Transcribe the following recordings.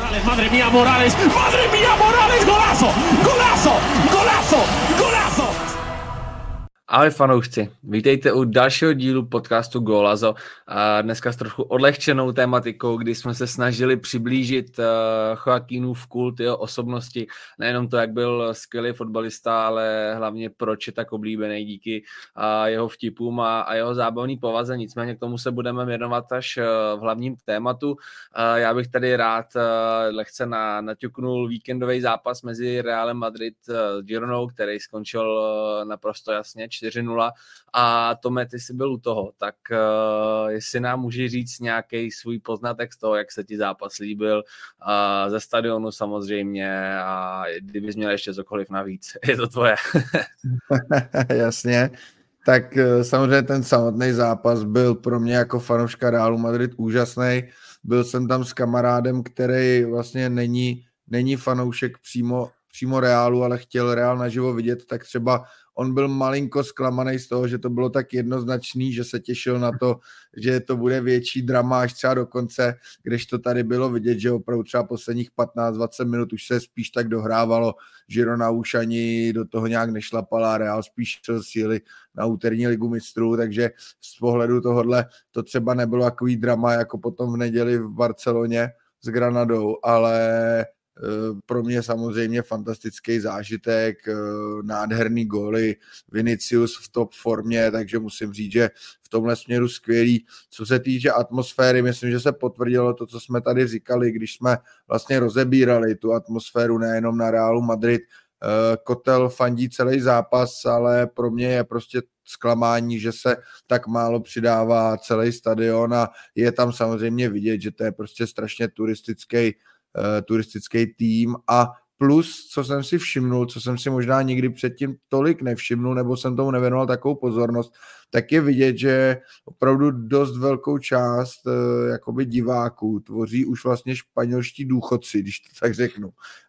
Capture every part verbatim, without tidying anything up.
Morales, madre mía, Morales, madre mía, Morales, golazo, golazo, golazo, golazo. Ahoj fanoušci, vítejte u dalšího dílu podcastu Golazo. A dneska s trochu odlehčenou tématikou, kdy jsme se snažili přiblížit uh, Joaquínův kult, jeho osobnosti. Nejenom to, jak byl skvělý fotbalista, ale hlavně proč je tak oblíbený díky uh, jeho vtipům a, a jeho zábavný povaze. Nicméně k tomu se budeme věnovat až uh, v hlavním tématu. Uh, já bych tady rád uh, lehce na, naťuknul víkendový zápas mezi Realem Madrid uh, s Gironou, který skončil uh, naprosto jasně čtyři nula a Tome, ty jsi byl u toho, tak uh, jestli nám můžeš říct nějaký svůj poznatek z toho, jak se ti zápas líbil, uh, ze stadionu samozřejmě a kdybys měl ještě cokoliv navíc, je to tvoje. Jasně, tak uh, samozřejmě ten samotný zápas byl pro mě jako fanouška Realu Madrid úžasný. Byl jsem tam s kamarádem, který vlastně není, není fanoušek přímo, přímo Realu, ale chtěl Real naživo vidět, tak třeba on byl malinko zklamaný z toho, že to bylo tak jednoznačný, že se těšil na to, že to bude větší drama až třeba do konce, kdežto tady bylo vidět, že opravdu třeba posledních patnáct dvacet minut už se spíš tak dohrávalo, Girona už ani do toho nějak nešlapala, Real spíš šel síly na úterní ligu mistrů, takže z pohledu tohohle to třeba nebylo takový drama jako potom v neděli v Barceloně s Granadou, ale pro mě samozřejmě fantastický zážitek, nádherný góly, Vinicius v top formě, takže musím říct, že v tomhle směru skvělý. Co se týče atmosféry, myslím, že se potvrdilo to, co jsme tady říkali, když jsme vlastně rozebírali tu atmosféru nejenom na Realu Madrid. Kotel fandí celý zápas, ale pro mě je prostě zklamání, že se tak málo přidává celý stadion a je tam samozřejmě vidět, že to je prostě strašně turistický turistický tým a plus, co jsem si všimnul, co jsem si možná nikdy předtím tolik nevšimnul, nebo jsem tomu nevěnoval takovou pozornost, tak je vidět, že opravdu dost velkou část jakoby diváků tvoří už vlastně španělští důchodci, když to tak řeknu.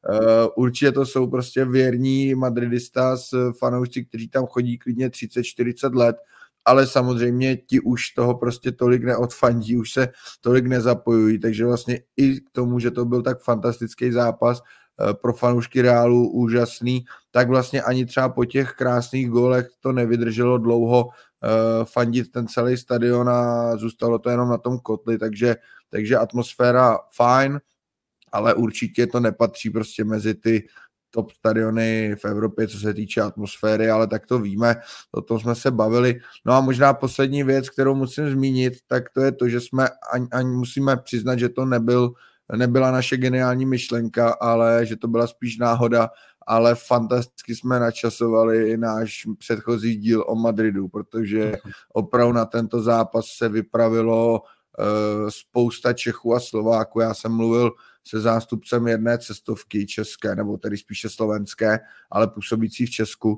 Určitě to jsou prostě věrní madridistas, fanoušci, kteří tam chodí klidně třicet čtyřicet let, ale samozřejmě ti už toho prostě tolik neodfandí, už se tolik nezapojují, takže vlastně i k tomu, že to byl tak fantastický zápas pro fanoušky Realu, úžasný, tak vlastně ani třeba po těch krásných gólech to nevydrželo dlouho fandit ten celý stadion a zůstalo to jenom na tom kotli, takže, takže atmosféra fajn, ale určitě to nepatří prostě mezi ty top stadiony v Evropě, co se týče atmosféry, ale tak to víme, o tom jsme se bavili. No a možná poslední věc, kterou musím zmínit, tak to je to, že jsme ani, ani musíme přiznat, že to nebyl, nebyla naše geniální myšlenka, ale že to byla spíš náhoda, ale fantasticky jsme načasovali náš předchozí díl o Madridu, protože opravdu na tento zápas se vypravilo uh, spousta Čechů a Slováků. Já jsem mluvil se zástupcem jedné cestovky české, nebo tedy spíše slovenské, ale působící v Česku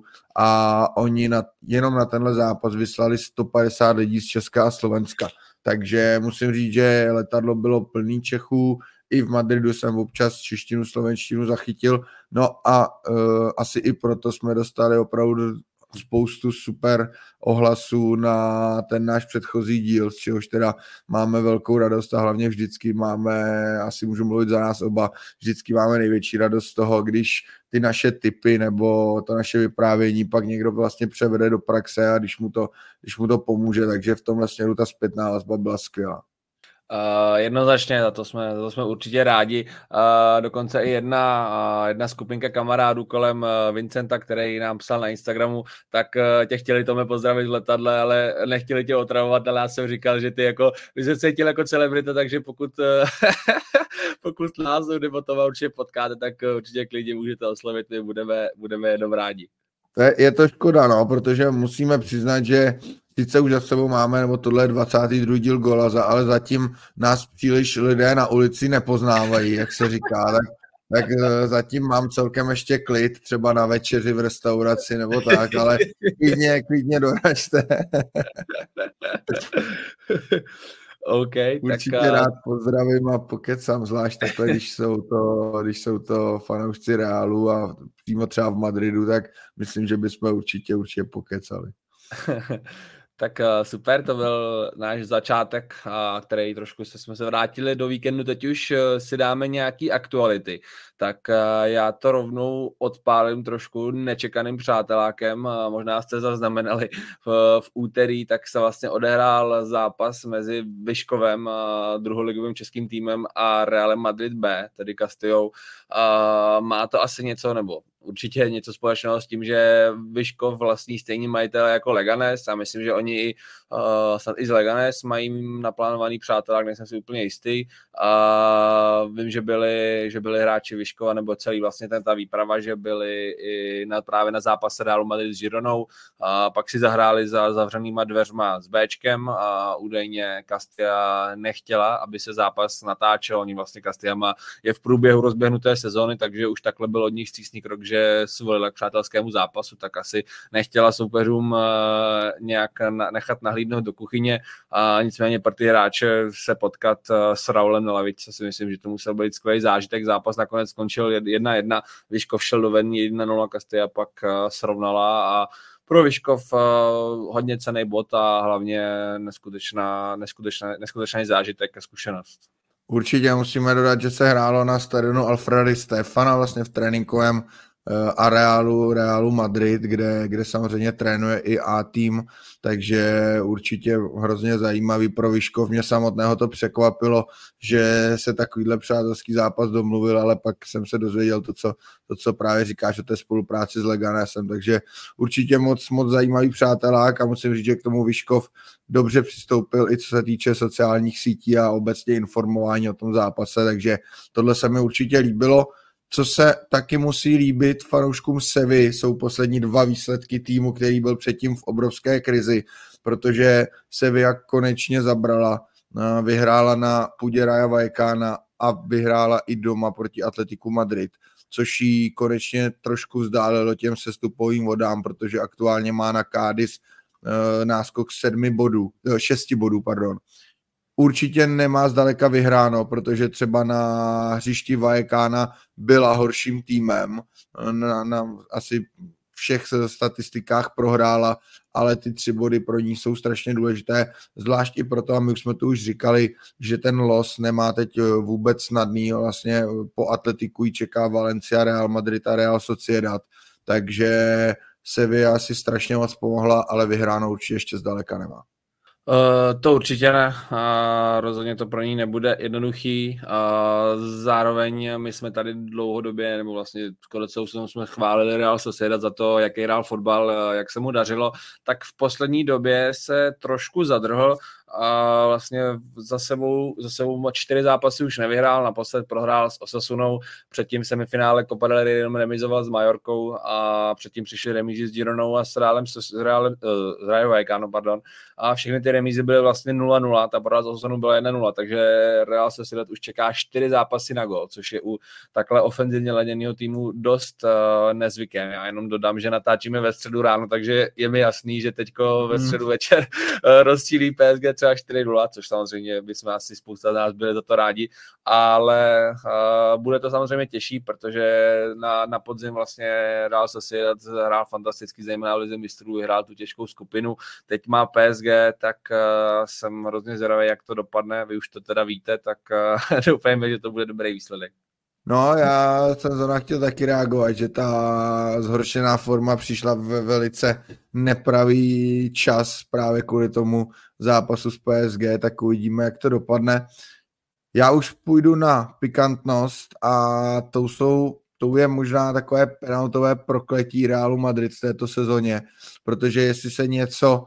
a oni na, jenom na tenhle zápas vyslali sto padesát lidí z Česka a Slovenska. Takže musím říct, že letadlo bylo plný Čechů, i v Madridu jsem občas češtinu, slovenštinu zachytil, no a uh, asi i proto jsme dostali opravdu spoustu super ohlasů na ten náš předchozí díl, z čehož teda máme velkou radost a hlavně vždycky máme, asi můžu mluvit za nás oba, vždycky máme největší radost z toho, když ty naše tipy nebo to naše vyprávění pak někdo vlastně převede do praxe a když mu to, když mu to pomůže, takže v tomhle směru ta zpětná vazba byla skvělá. Uh, jednoznačně, za to jsme, za to jsme určitě rádi. Uh, dokonce i jedna, uh, jedna skupinka kamarádů kolem uh, Vincenta, který nám psal na Instagramu, tak uh, tě chtěli Tome pozdravit v letadle, ale nechtěli tě otravovat, ale já jsem říkal, že ty jako, by se cítil jako celebrita, takže pokud, uh, pokud nás nebo Toma určitě potkáte, tak uh, určitě klidně můžete oslovit, my budeme, budeme jenom rádi. To je, je to škoda, no, protože musíme přiznat, že sice už za sebou máme, nebo tohle je dvacátý druhý díl Golaza, ale zatím nás příliš lidé na ulici nepoznávají, jak se říká, tak, tak zatím mám celkem ještě klid, třeba na večeři v restauraci nebo tak, ale klidně, klidně doražte. Okay, určitě tak, rád pozdravím a pokecám, zvlášť takhle, když jsou to, když jsou to fanoušci Realu a přímo třeba v Madridu, tak myslím, že bychom určitě, určitě pokecali. Tak super, to byl náš začátek, který trošku se, jsme se vrátili do víkendu, teď už si dáme nějaký aktuality. Tak já to rovnou odpálím trošku nečekaným přátelákem, možná jste zaznamenali v, v úterý, tak se vlastně odehrál zápas mezi Vyškovem, druholigovým českým týmem a Realem Madrid B, tedy Castillou. Má to asi něco, nebo určitě něco společného s tím, že Vyškov vlastní stejný majitel jako Leganes a myslím, že oni i, uh, snad i z Leganes mají naplánovaný přátelák, nejsem si úplně jistý. A vím, že byli, že byli hráči Vyškova nebo celý vlastně ten ta výprava, že byli i na, právě na zápase Realu Madrid s Gironou a pak si zahráli za zavřenýma dveřma s Bčkem a údajně Castilla nechtěla, aby se zápas natáčel. Oni vlastně Castilla je v průběhu rozběhnuté sezóny, takže už takhle byl od nich vstřícný krok, že svolila k přátelskému zápasu, tak asi nechtěla soupeřům uh, nějak na, nechat nahlídnout do kuchyně a nicméně pro ty hráče se potkat uh, s Raulem na lavičce, si myslím, že to musel být skvělý zážitek. Zápas nakonec skončil jedna jedna, Vyškov šel do vedení jedna nula, Castilla pak uh, srovnala a pro Vyškov uh, hodně cenný bod a hlavně neskutečná, neskutečná, neskutečný zážitek a zkušenost. Určitě musíme dodat, že se hrálo na stadionu Alfreda Di Stefana, vlastně v tréninkovém areálu Realu Madrid, kde, kde samozřejmě trénuje i A-tým, takže určitě hrozně zajímavý pro Vyškov. Mě samotného to překvapilo, že se takovýhle přátelský zápas domluvil, ale pak jsem se dozvěděl to, co, to, co právě říkáš o té spolupráci s Leganesem, takže určitě moc, moc zajímavý přátelák a musím říct, že k tomu Vyškov dobře přistoupil i co se týče sociálních sítí a obecně informování o tom zápase, takže tohle se mi určitě líbilo. Co se taky musí líbit fanouškům Sevy, jsou poslední dva výsledky týmu, který byl předtím v obrovské krizi, protože Sevilla konečně zabrala, vyhrála na půdě Raja Vallecana a vyhrála i doma proti Atletiku Madrid, což jí konečně trošku vzdálilo těm sestupovým vodám, protože aktuálně má na Cádiz náskok sedmi bodů, šesti bodů, pardon. Určitě nemá zdaleka vyhráno, protože třeba na hřišti Vallecana byla horším týmem, na, na asi všech statistikách prohrála, ale ty tři body pro ní jsou strašně důležité, zvlášť i proto, a my už jsme tu už říkali, že ten los nemá teď vůbec snadný, vlastně po Atletiku ji čeká Valencia, Real Madrid a Real Sociedad, takže Sevilla si strašně moc pomohla, ale vyhráno určitě ještě zdaleka nemá. Uh, to určitě ne, uh, rozhodně to pro ní nebude jednoduchý, uh, zároveň my jsme tady dlouhodobě, nebo vlastně skoro celou sezónu jsme chválili Real Sociedad za to, jaký hrál fotbal, uh, jak se mu dařilo, tak v poslední době se trošku zadrhl a vlastně za sebou, za sebou čtyři zápasy už nevyhrál, naposled prohrál s Osasunou, předtím semifinále Copa del Rey jenom remizoval s Majorkou a předtím přišli remízy s Gironou a s Realem, s Realem, uh, Rayo Vallecano, pardon, a všechny ty remízy byly vlastně nula nula, ta porážka s Osasunou byla jedna nula, takže Real Sociedad už čeká čtyři zápasy na gól, což je u takhle ofenzivně laděného týmu dost uh, nezvykem. Já jenom dodám, že natáčíme ve středu ráno, takže je mi jasný, že teďko ve středu večer uh, rozčílí P S G třeba čtyři nula, což samozřejmě bychom asi spousta z nás byli za to rádi, ale uh, bude to samozřejmě těžší, protože na, na podzim vlastně Real Sociedad hrál fantasticky, zejména v lize mistrů, vyhrál tu těžkou skupinu, teď má P S G, tak uh, jsem hrozně zvědavý, jak to dopadne, vy už to teda víte, tak uh, doufejme, že to bude dobrý výsledek. No, já jsem zrovna chtěl taky reagovat, že ta zhoršená forma přišla ve velice nepravý čas právě kvůli tomu zápasu s P S G, tak uvidíme, jak to dopadne. Já už půjdu na pikantnost a to jsou to je možná takové penaltové prokletí Realu Madrid v této sezóně, protože jestli se něco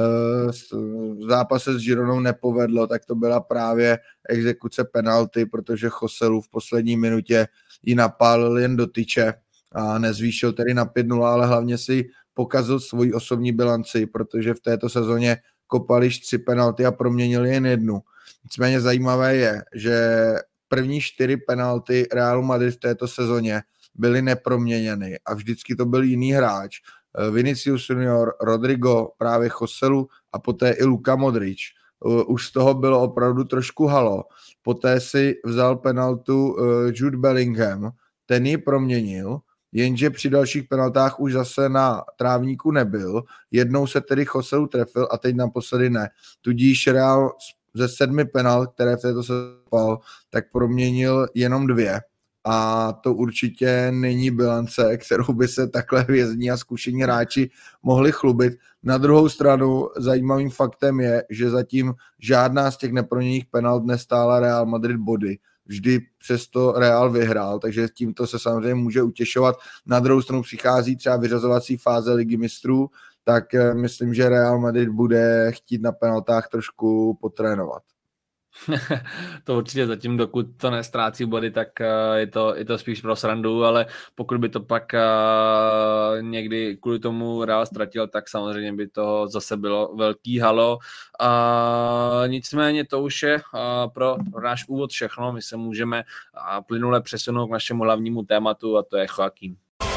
uh, v zápase s Gironou nepovedlo, tak to byla právě exekuce penalty, protože Joselu v poslední minutě ji napálil jen do tyče a nezvýšil tedy na pět nula, ale hlavně si pokazil svoji osobní bilanci, protože v této sezóně kopali tři penalty a proměnili jen jednu. Nicméně zajímavé je, že první čtyři penalty Realu Madrid v této sezóně byly neproměněny a vždycky to byl jiný hráč. Vinicius Junior, Rodrigo, právě Joselu a poté i Luka Modric. Už z toho bylo opravdu trošku halo. Poté si vzal penaltu Jude Bellingham, ten ji proměnil jenže při dalších penaltách už zase na trávníku nebyl, jednou se tedy Joselu trefil a teď naposledy ne. Tudíž Real ze sedmi penalt, které v této sepal, tak proměnil jenom dvě. A to určitě není bilance, kterou by se takhle hvězdní a zkušení hráči mohli chlubit. Na druhou stranu zajímavým faktem je, že zatím žádná z těch neproměnných penalt nestála Real Madrid body. Vždy přesto Real vyhrál, takže tímto se samozřejmě může utěšovat. Na druhou stranu přichází třeba vyřazovací fáze Ligy mistrů, tak myslím, že Real Madrid bude chtít na penaltách trošku potrénovat. To určitě zatím, dokud to nestrácí body, tak je to, je to spíš pro srandu, ale pokud by to pak někdy kvůli tomu Real ztratil, tak samozřejmě by to zase bylo velký halo. A nicméně to už je pro náš úvod všechno. My se můžeme plynule přesunout k našemu hlavnímu tématu a to je Joaquín.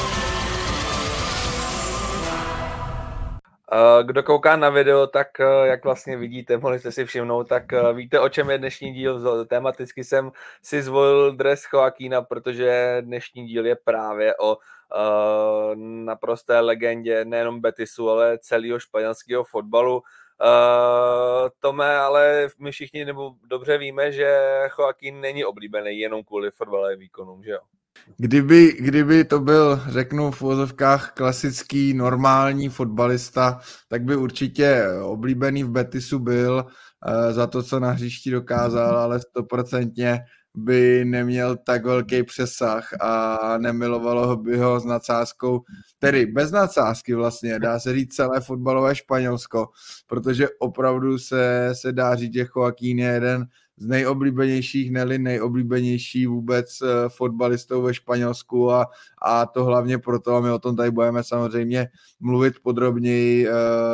Kdo kouká na video, tak jak vlastně vidíte, mohli jste si všimnout, tak víte, o čem je dnešní díl. Tematicky jsem si zvolil dres Joaquína, protože dnešní díl je právě o uh, naprosté legendě nejenom Betisu, ale celého španělského fotbalu. Uh, Tome, ale my všichni nebo dobře víme, že Joaquín není oblíbený jenom kvůli fotbalovým výkonům, že jo? Kdyby, kdyby to byl, řeknu v uvozovkách, klasický, normální fotbalista, tak by určitě oblíbený v Betisu byl uh, za to, co na hřišti dokázal, ale stoprocentně by neměl tak velký přesah a nemilovalo by ho s nadsázkou, tedy bez nadsázky vlastně, dá se říct celé fotbalové Španělsko, protože opravdu se, se dá říct, že Joaquín je jeden z nejoblíbenějších, ne-li nejoblíbenější vůbec fotbalistou ve Španělsku a, a to hlavně proto, a my o tom tady budeme samozřejmě mluvit podrobněji,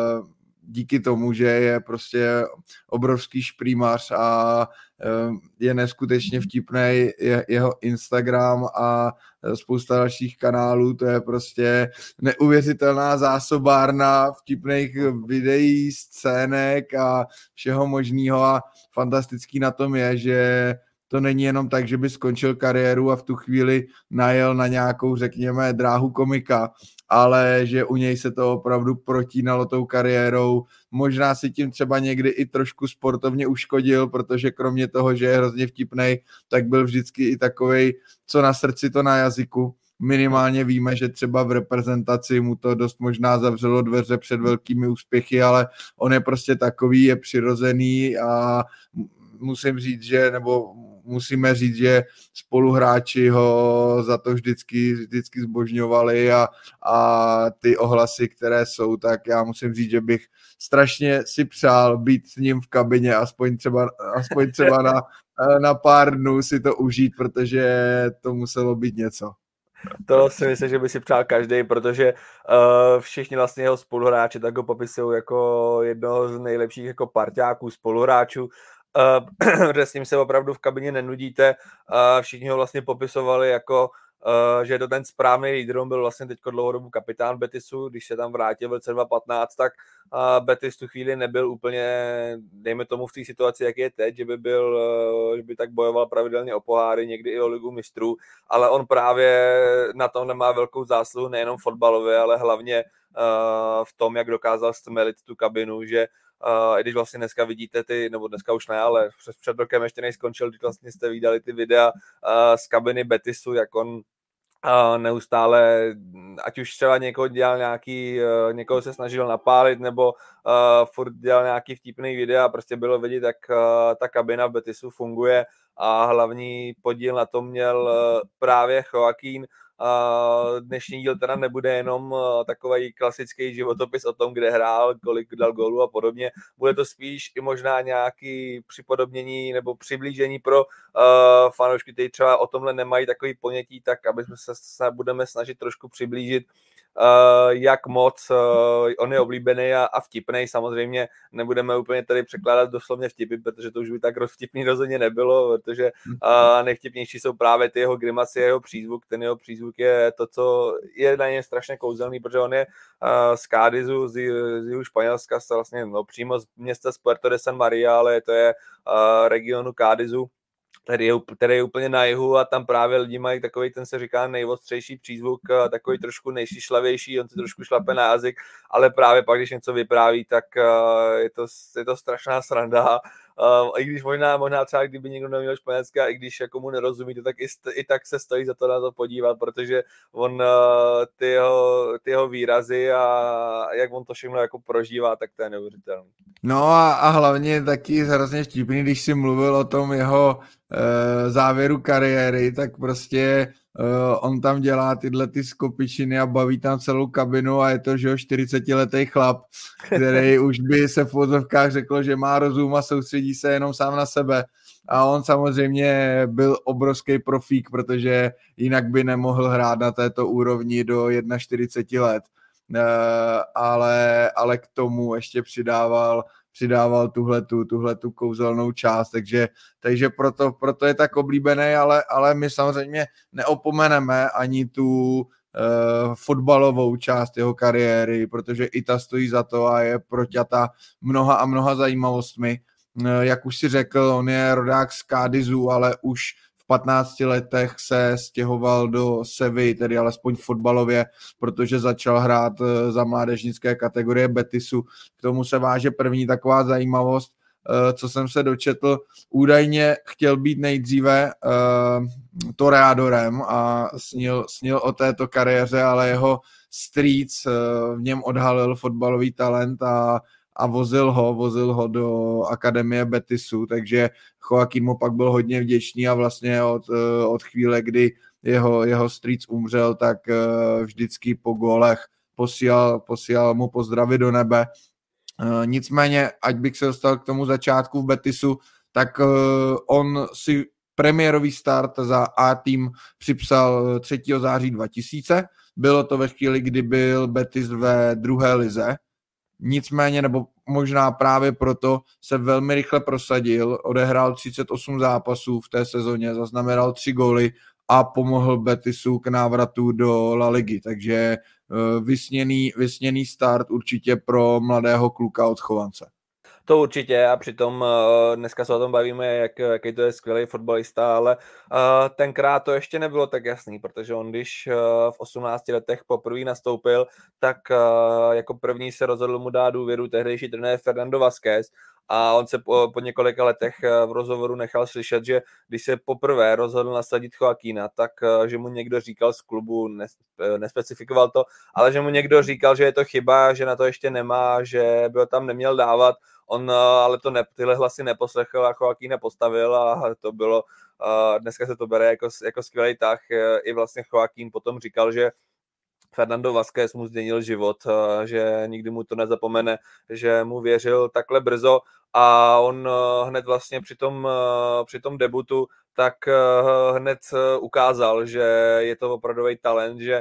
díky tomu, že je prostě obrovský šprýmař a je neskutečně vtipný jeho Instagram a spousta dalších kanálů, to je prostě neuvěřitelná zásobárna vtipných videí, scének a všeho možného a fantastický na tom je, že to není jenom tak, že by skončil kariéru a v tu chvíli najel na nějakou, řekněme, dráhu komika, ale že u něj se to opravdu protínalo tou kariérou. Možná si tím třeba někdy i trošku sportovně uškodil, protože kromě toho, že je hrozně vtipnej, tak byl vždycky i takovej, co na srdci, to na jazyku. Minimálně víme, že třeba v reprezentaci mu to dost možná zavřelo dveře před velkými úspěchy, ale on je prostě takový, je přirozený a musím říct, že, nebo musíme říct, že spoluhráči ho za to vždycky, vždycky zbožňovali a, a ty ohlasy, které jsou, tak já musím říct, že bych strašně si přál být s ním v kabině, aspoň třeba, aspoň třeba na, na pár dnů si to užít, protože to muselo být něco. To si myslím, že by si přál každý, protože uh, všichni vlastně jeho spoluhráči tak ho popisují jako jednoho z nejlepších jako parťáků, spoluhráčů. Uh, že s ním se opravdu v kabině nenudíte. Uh, všichni ho vlastně popisovali jako, uh, že je to ten správný lídr, on byl vlastně teďko dlouhodobu kapitán Betisu, když se tam vrátil v roce dva tisíce patnáct, tak uh, Betis tu chvíli nebyl úplně, dejme tomu v té situaci, jak je teď, že by byl, uh, že by tak bojoval pravidelně o poháry, někdy i o ligu mistrů, ale on právě na tom nemá velkou zásluhu, nejenom fotbalově, ale hlavně uh, v tom, jak dokázal stmelit tu kabinu, že Uh, i když vlastně dneska vidíte ty, nebo dneska už ne, ale před, před rokem ještě než skončil, když vlastně jste viděli ty videa uh, z kabiny Betisu, jak on uh, neustále, ať už třeba někoho dělal nějaký, uh, někoho se snažil napálit, nebo uh, furt dělal nějaký vtipný videa, prostě bylo vidět, jak uh, ta kabina Betisu funguje a hlavní podíl na tom měl uh, právě Joaquín. Uh, dnešní díl teda nebude jenom uh, takový klasický životopis o tom, kde hrál, kolik dal gólů a podobně. Bude to spíš i možná nějaký připodobnění nebo přiblížení pro uh, fanoušky, kteří třeba o tomhle nemají takový ponětí, tak aby se, se budeme snažit trošku přiblížit, uh, jak moc uh, on je oblíbený a, a vtipnej. Samozřejmě nebudeme úplně tady překládat doslovně vtipy, protože to už by tak vtipný rozhodně nebylo, protože uh, nejvtipnější jsou právě ty jeho grimasy, jeho přízvuk. Ten jeho přízvuk je to, co je na něm strašně kouzelný, protože on je uh, z Cádizu, z, z jihu Španělska, vlastně no, přímo z města z Puerto de San Maria, ale to je uh, regionu Cádizu. který je, který je úplně na jihu a tam právě lidi mají takový, ten se říká nejostřejší přízvuk, takový trošku nejšišlavější, on si trošku šlape na jazyk, ale právě pak, když něco vypráví, tak je to, je to strašná sranda. Uh, I když možná, možná třeba, kdyby někdo neměl španělsky a i když jako mu nerozumí, to tak i, st- i tak se stojí za to na to podívat, protože on uh, ty, jeho, ty jeho výrazy a jak on to všechno jako prožívá, tak to je neuvěřitelné. No a, a hlavně taky hrozně vtipný, když si mluvil o tom jeho uh, závěru kariéry, tak prostě uh, on tam dělá tyhle ty skopičiny a baví tam celou kabinu a je to, že jo, čtyřicetiletý chlap, který už by se v úvozovkách řeklo, že má rozum a soustředí se jenom sám na sebe. A on samozřejmě byl obrovský profík, protože jinak by nemohl hrát na této úrovni do čtyřiceti jedna let. Uh, ale, ale k tomu ještě přidával, přidával tuhletu, tuhletu kouzelnou část, takže, takže proto, proto je tak oblíbený, ale, ale my samozřejmě neopomeneme ani tu uh, fotbalovou část jeho kariéry, protože i ta stojí za to a je proťata mnoha a mnoha zajímavostmi. Uh, jak už si řekl, on je rodák z Cádizu, ale už v patnácti letech se stěhoval do Sevilly, tedy alespoň fotbalově, protože začal hrát za mládežnické kategorie Betisu. K tomu se váže první taková zajímavost, co jsem se dočetl. Údajně chtěl být nejdříve uh, toreadorem a snil, snil o této kariéře, ale jeho strýc uh, v něm odhalil fotbalový talent a a vozil ho, vozil ho do akademie Betisu, takže Joaquín mu pak byl hodně vděčný a vlastně od, od chvíle, kdy jeho, jeho strýc umřel, tak vždycky po gólech posílal, posílal mu pozdravy do nebe. Nicméně, ať bych se dostal k tomu začátku v Betisu, tak on si premiérový start za A-tým připsal třetího září dva tisíce. Bylo to ve chvíli, kdy byl Betis ve druhé lize. Nicméně, nebo možná právě proto se velmi rychle prosadil, odehrál třicet osm zápasů v té sezóně, zaznamenal tři góly a pomohl Betisu k návratu do La Ligy, takže vysněný, vysněný start určitě pro mladého kluka od Chovance. To určitě a přitom dneska se o tom bavíme, jak, jaký to je skvělý fotbalista, ale tenkrát to ještě nebylo tak jasný, protože on když v osmnácti letech poprvé nastoupil, tak jako první se rozhodl mu dát důvěru tehdejší trenér Fernando Vázquez a on se po, po několika letech v rozhovoru nechal slyšet, že když se poprvé rozhodl nasadit Joaquína, tak že mu někdo říkal z klubu, nespecifikoval to, ale že mu někdo říkal, že je to chyba, že na to ještě nemá, že by ho tam neměl dávat. On ale to ne, tyhle hlasy neposlechl a Joaquína postavil a to bylo, dneska se to bere jako, jako skvělý tah. I vlastně Joaquín potom říkal, že Fernando Vázquez mu změnil život, že nikdy mu to nezapomene, že mu věřil takhle brzo a on hned vlastně při tom, při tom debutu tak hned ukázal, že je to opravdový talent, že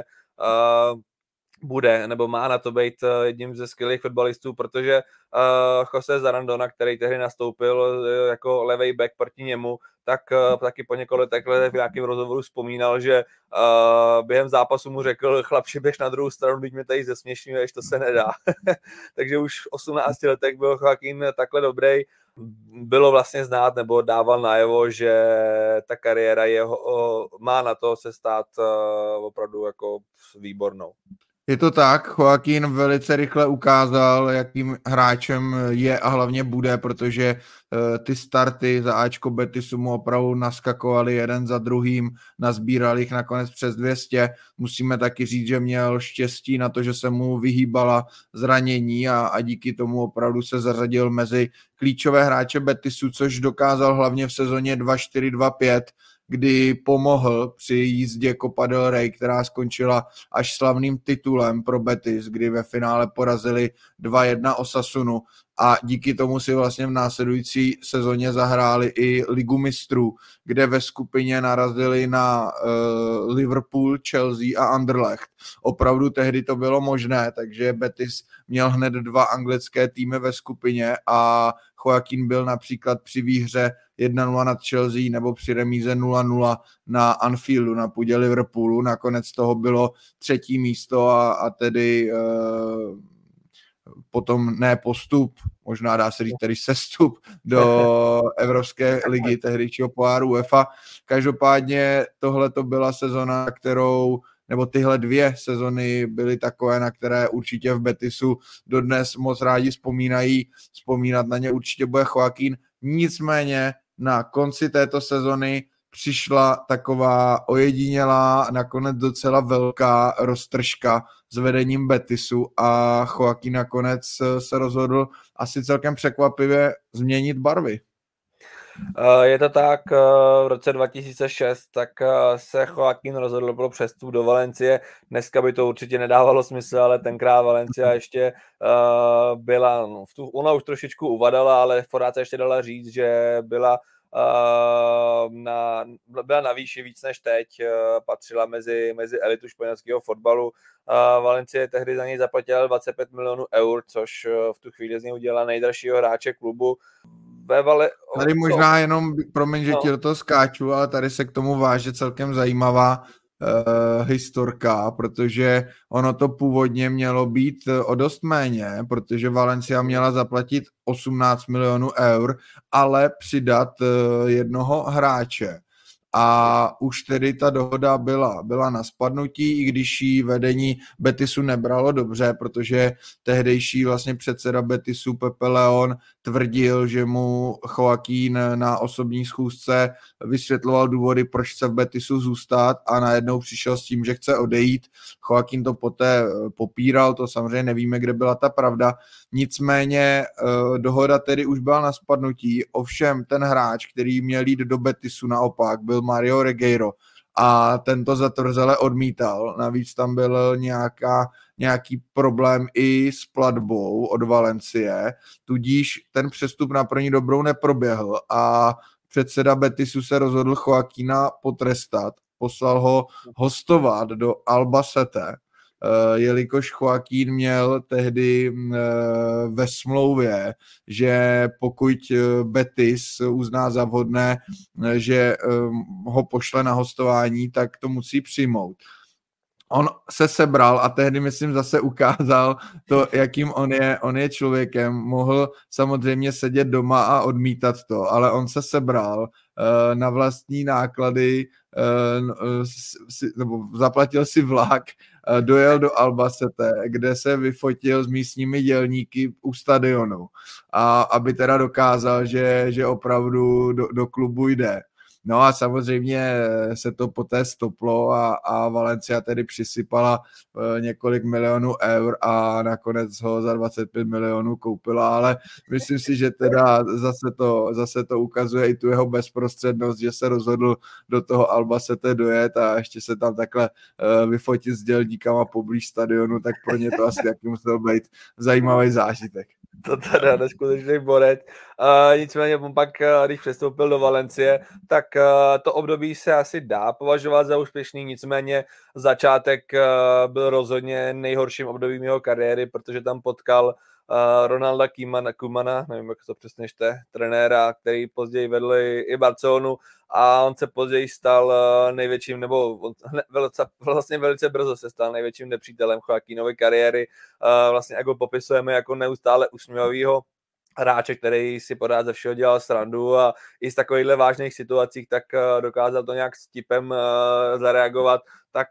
bude, nebo má na to být jedním ze skvělých fotbalistů, protože uh, José Zarandona, který tehdy nastoupil uh, jako levej back proti němu, tak uh, taky po několik takhle v nějakém rozhovoru vzpomínal, že uh, během zápasu mu řekl, chlapči, běž na druhou stranu, teď mě tady zesměšňuješ, to se nedá. Takže už v osmnácti letech byl Joaquín takhle dobrý. Bylo vlastně znát, nebo dával najevo, že ta kariéra jeho uh, má na to se stát uh, opravdu jako výbornou. Je to tak, Joaquín velice rychle ukázal, jakým hráčem je a hlavně bude, protože uh, ty starty za Ačko Betisu mu opravdu naskakovali jeden za druhým, nazbírali jich nakonec přes dvě stě. Musíme taky říct, že měl štěstí na to, že se mu vyhýbala zranění a, a díky tomu opravdu se zařadil mezi klíčové hráče Betisu, což dokázal hlavně v sezóně dva čtyři dva pět, kdy pomohl při jízdě Copa del Rey, která skončila až slavným titulem pro Betis, kdy ve finále porazili dva jedna Osasunu a díky tomu si vlastně v následující sezóně zahráli i Ligu mistrů, kde ve skupině narazili na uh, Liverpool, Chelsea a Anderlecht. Opravdu tehdy to bylo možné, takže Betis měl hned dva anglické týmy ve skupině a Joaquín byl například při výhře jedna nula nad Chelsea nebo při remíze nula nula na Anfieldu na půdě Liverpoolu. Nakonec toho bylo třetí místo a, a tedy uh, potom ne postup, možná dá se říct tedy sestup do Evropské ligy, tehdejšího poháru UEFA. Každopádně tohle to byla sezona, kterou, nebo tyhle dvě sezony byly takové, na které určitě v Betisu dodnes moc rádi vzpomínají. Vzpomínat na ně určitě bude Joaquín. Nicméně na konci této sezony přišla taková ojedinělá, nakonec docela velká roztržka s vedením Betisu a Joaquín nakonec se rozhodl asi celkem překvapivě změnit barvy. Je to tak, v roce dva tisíce šest tak se Joaquín rozhodl pro přestup do Valencie. Dneska by to určitě nedávalo smysl, ale tenkrát Valencia ještě byla, no, ona už trošičku uvadala, ale pořád se ještě dala říct, že byla na, byla na výši víc než teď, patřila mezi, mezi elitu španělského fotbalu. Valencie tehdy za něj zaplatila dvacet pět milionů eur, což v tu chvíli z něj udělala nejdražšího hráče klubu. Ve Vale... Tady možná jenom, promiň, že no. ti do toho skáču, ale tady se k tomu váže celkem zajímavá uh, historka, protože ono to původně mělo být o dost méně, protože Valencia měla zaplatit osmnáct milionů eur, ale přidat uh, jednoho hráče. A už tedy ta dohoda byla, byla na spadnutí, i když jí vedení Betisu nebralo dobře, protože tehdejší vlastně předseda Betisu Pepe León tvrdil, že mu Joaquín na osobní schůzce vysvětloval důvody, proč chce v Betisu zůstat a najednou přišel s tím, že chce odejít. Joaquín to poté popíral, to samozřejmě nevíme, kde byla ta pravda. Nicméně dohoda tedy už byla na spadnutí, ovšem ten hráč, který měl jít do Betisu naopak, byl Mario Regueiro a tento zatvrzele odmítal. Navíc tam byl nějaká, nějaký problém i s platbou od Valencie, tudíž ten přestup na první dobrou neproběhl a předseda Betisu se rozhodl Joaquína potrestat. Poslal ho hostovat do Albacete, jelikož Joaquín měl tehdy ve smlouvě, že pokud Betis uzná za vhodné, že ho pošle na hostování, tak to musí přijmout. On se sebral a tehdy, myslím, zase ukázal to, jakým on je, on je člověkem. Mohl samozřejmě sedět doma a odmítat to, ale on se sebral uh, na vlastní náklady, uh, si, nebo zaplatil si vlak, uh, dojel do Albacete, kde se vyfotil s místními dělníky u stadionu, a aby teda dokázal, že, že opravdu do, do klubu jde. No a samozřejmě se to poté stoplo a, a Valencia tedy přisypala e, několik milionů eur a nakonec ho za dvacet pět milionů koupila, ale myslím si, že teda zase to, zase to ukazuje i tu jeho bezprostřednost, že se rozhodl do toho Albacete dojet a ještě se tam takhle e, vyfotit s dělníkama poblíž stadionu, tak pro ně to asi taky musel být zajímavý zážitek. To teda neskutečný borec. Uh, nicméně on pak, uh, když přestoupil do Valencie, tak uh, to období se asi dá považovat za úspěšný, nicméně začátek uh, byl rozhodně nejhorším obdobím jeho kariéry, protože tam potkal uh, Ronalda Koemana, Koemana, nevím, jak to přesně čte, trenéra, který později vedl i Barcelonu, a on se později stal největším, nebo velice, vlastně velice brzo se stal největším nepřítelem Joaquínovy kariéry. Vlastně jak ho popisujeme jako neustále usměvavýho hráče, který si pořád ze všeho dělal srandu a i z takovýchhle vážných situacích tak dokázal to nějak s tipem zareagovat, tak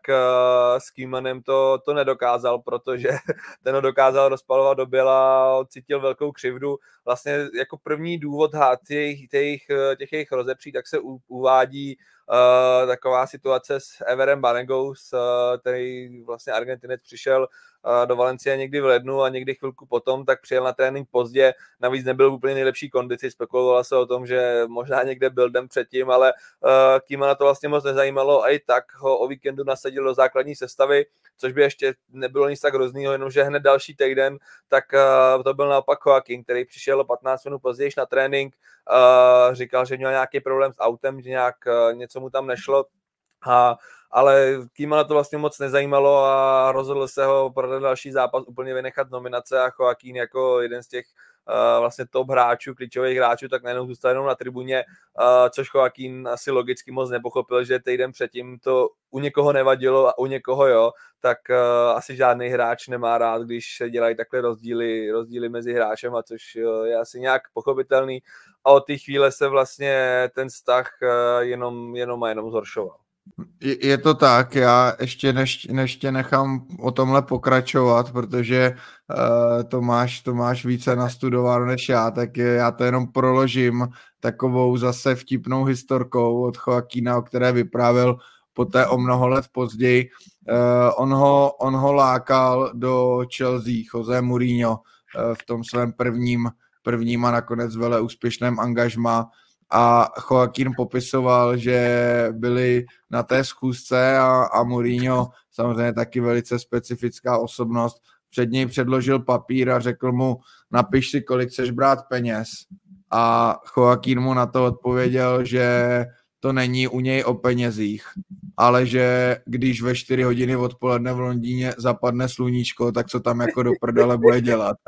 s Koemanem to, to nedokázal, protože ten ho dokázal rozpalovat do běla, cítil velkou křivdu. Vlastně jako první důvod těch, těch, těch jejich rozepří, tak se uvádí uh, taková situace s Everem Banegou, uh, který vlastně Argentinec přišel do Valencie někdy v lednu a někdy chvilku potom, tak přijel na trénink pozdě, navíc nebyl v úplně nejlepší kondici, spekulovalo se o tom, že možná někde byl den předtím, ale uh, Koemana to vlastně moc nezajímalo a i tak ho o víkendu nasadil do základní sestavy, což by ještě nebylo nic tak hroznýho, jenomže hned další týden, tak uh, to byl naopak Joaquín, který přišel o patnáct minut později na trénink, uh, říkal, že měl nějaký problém s autem, že nějak uh, něco mu tam nešlo, A, ale Kýmana to vlastně moc nezajímalo a rozhodl se ho pro další zápas úplně vynechat nominace a Joaquín jako jeden z těch uh, vlastně top hráčů, klíčových hráčů, tak najednou zůstal jenom na tribuně, uh, což Joaquín asi logicky moc nepochopil, že týden předtím to u někoho nevadilo a u někoho jo, tak uh, asi žádný hráč nemá rád, když se dělají takhle rozdíly, rozdíly mezi hráčem, a což uh, je asi nějak pochopitelný. A od té chvíle se vlastně ten vztah uh, jenom, jenom a jenom zhoršoval. Je, je to tak, já ještě než, než tě nechám o tomhle pokračovat, protože uh, to, máš, to máš více nastudováno než já, tak je, já to jenom proložím takovou zase vtipnou historkou od Joaquína, o které vyprávěl poté o mnoho let později. Uh, on, ho, on ho lákal do Chelsea, Jose Mourinho, uh, v tom svém prvním, prvním a nakonec vele úspěšném angažmá. A Joaquín popisoval, že byli na té schůzce a, a Mourinho, samozřejmě taky velice specifická osobnost, před něj předložil papír a řekl mu, napiš si, kolik chceš brát peněz. A Joaquín mu na to odpověděl, že to není u něj o penězích, ale že když ve čtyři hodiny odpoledne v Londýně zapadne sluníčko, tak co tam jako do prdele bude dělat.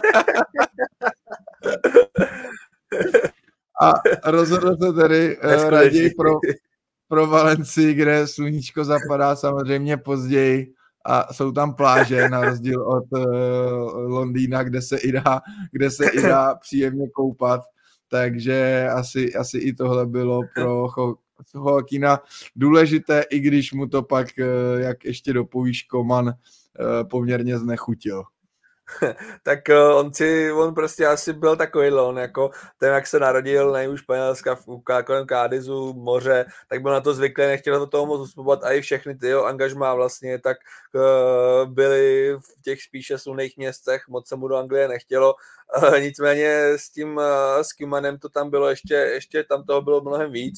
A rozhodl se tedy uh, raději pro, pro Valencii, kde sluníčko zapadá samozřejmě později a jsou tam pláže na rozdíl od uh, Londýna, kde se i dá, kde se i dá příjemně koupat. Takže asi, asi i tohle bylo pro Joaquína důležité, i když mu to pak, uh, jak ještě dopovíš, Koman, uh, poměrně znechutil. Tak on si, on prostě asi byl takový on, jako ten, jak se narodil na jihu Španělska v kolem Cádizu, moře, tak byl na to zvyklý, nechtěl do toho moc uspovat a i všechny ty jeho angažmá vlastně, tak uh, byly v těch spíše slunných městech, moc se mu do Anglie nechtělo, uh, nicméně s tím uh, s Koemanem to tam bylo ještě, ještě tam toho bylo mnohem víc.